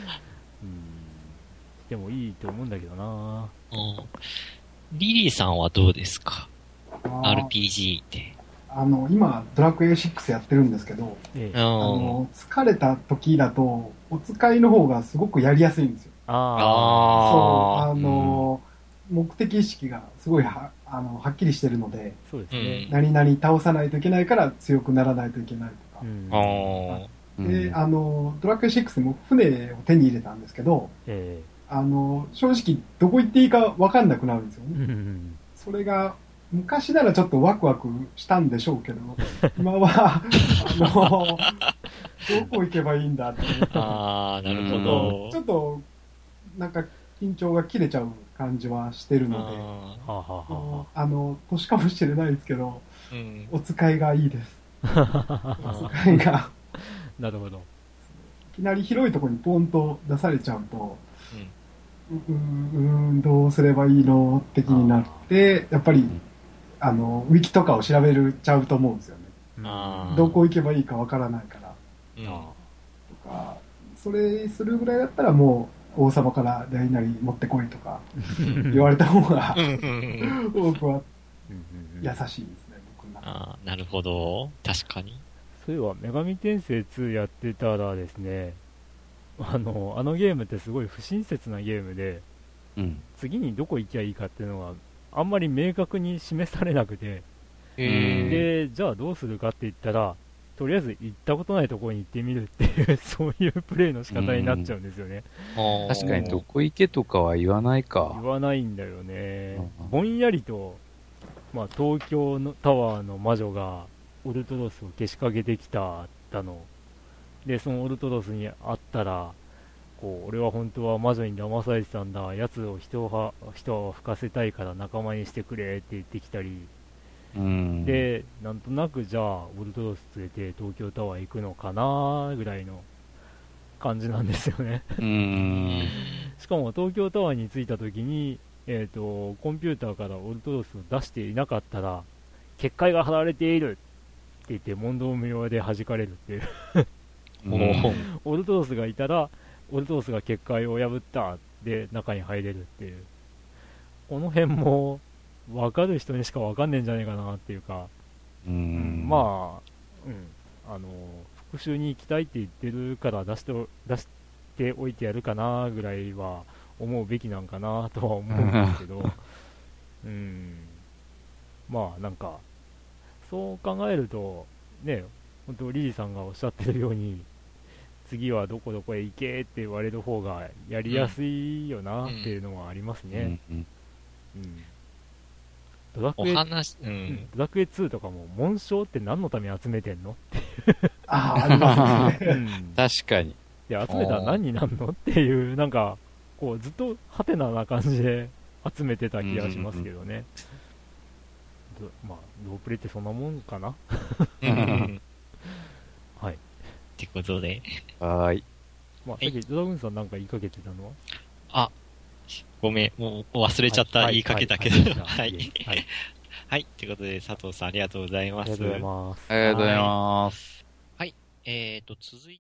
Speaker 1: でもいいと思うんだけどな。
Speaker 2: リリーさんはどうですか？ アールピージー って。
Speaker 5: あの今ドラクエシックスやってるんですけど、ええ、あの疲れた時だとお使いの方がすごくやりやすいんですよ。あそうあの、うん、目的意識がすごい は, あのはっきりしてるので、そうですね、何々倒さないといけないから強くならないといけないとか、うん、あで、うん、あのドラクエシックスでも船を手に入れたんですけど、えー、あの正直どこ行っていいか分かんなくなるんですよね、うん、それが昔ならちょっとワクワクしたんでしょうけど、今は、あの、どこ行けばいいんだって思った。
Speaker 2: ああ、なるほど。
Speaker 5: ちょっと、なんか、緊張が切れちゃう感じはしてるので、あ, あの、年かもしれないですけど、うん、お使いがいいです。お使いが。
Speaker 1: なるほど。
Speaker 5: いきなり広いところにポンと出されちゃうと、うん、うーん、どうすればいいの的になって、やっぱり、あのウィキとかを調べちゃうと思うんですよね。どこ行けばいいかわからないから、うん、とかそれするぐらいだったらもう王様から何々持ってこいとか言われた方が僕は優しいですね、僕の中で。
Speaker 2: あー、なるほど、確かに。
Speaker 1: そういえば女神転生ツーやってたらですね、あのあのゲームってすごい不親切なゲームで、うん、次にどこ行きゃいいかっていうのがあんまり明確に示されなくて、でじゃあどうするかって言ったら、とりあえず行ったことないところに行ってみるっていうそういうプレイの仕方になっちゃうんですよね。
Speaker 3: 確かにどこ行けとかは言わないか。
Speaker 1: 言わないんだよね。ぼんやりと、まあ、東京のタワーの魔女がオルトロスをけしかけてきただので、そのオルトロスに会ったらこう俺は本当は魔女に騙されてたんだ、奴を人を人を吹かせたいから仲間にしてくれって言ってきたり、うん、でなんとなくじゃあオルトロス連れて東京タワー行くのかなぐらいの感じなんですよねうんしかも東京タワーに着いた時に、えーと、コンピューターからオルトロスを出していなかったら結界が張られているって言って問答無用で弾かれるっていうオルトロスがいたらオルトロスが結界を破ったで中に入れるっていう、この辺も分かる人にしか分かんねえんじゃねえかなっていうか、うーん、うん、まあ、うん、あの復讐に行きたいって言ってるから出して出しておいてやるかなぐらいは思うべきなんかなとは思うんですけどうん、まあなんかそう考えるとね、本当リリーさんがおっしゃってるように次はどこどこへ行けって言われる方がやりやすいよなっていうのはありますね。うんうんうん、ドラクエ、お話、うん、ドラクエツーとかも紋章って何のために集めてんのって
Speaker 5: ああ、ありますね、うん、
Speaker 3: 確かに。
Speaker 1: で集めたら何になるのっていう、なんかこうずっとハテナな感じで集めてた気がしますけどね、うんうんうん、まあロープレイってそんなもんかなはい
Speaker 2: ってことで。
Speaker 3: はーい。
Speaker 1: まあ、さっきドラグーンさんなんか言いかけてたのは、
Speaker 2: あ、ごめん、もう忘れちゃった、はい、言いかけたけど。はい。はい。はい。ということで、佐藤さんありがとうございます。ありがとうございます。
Speaker 3: ありがとうございます。
Speaker 2: はい。えーと、続いて、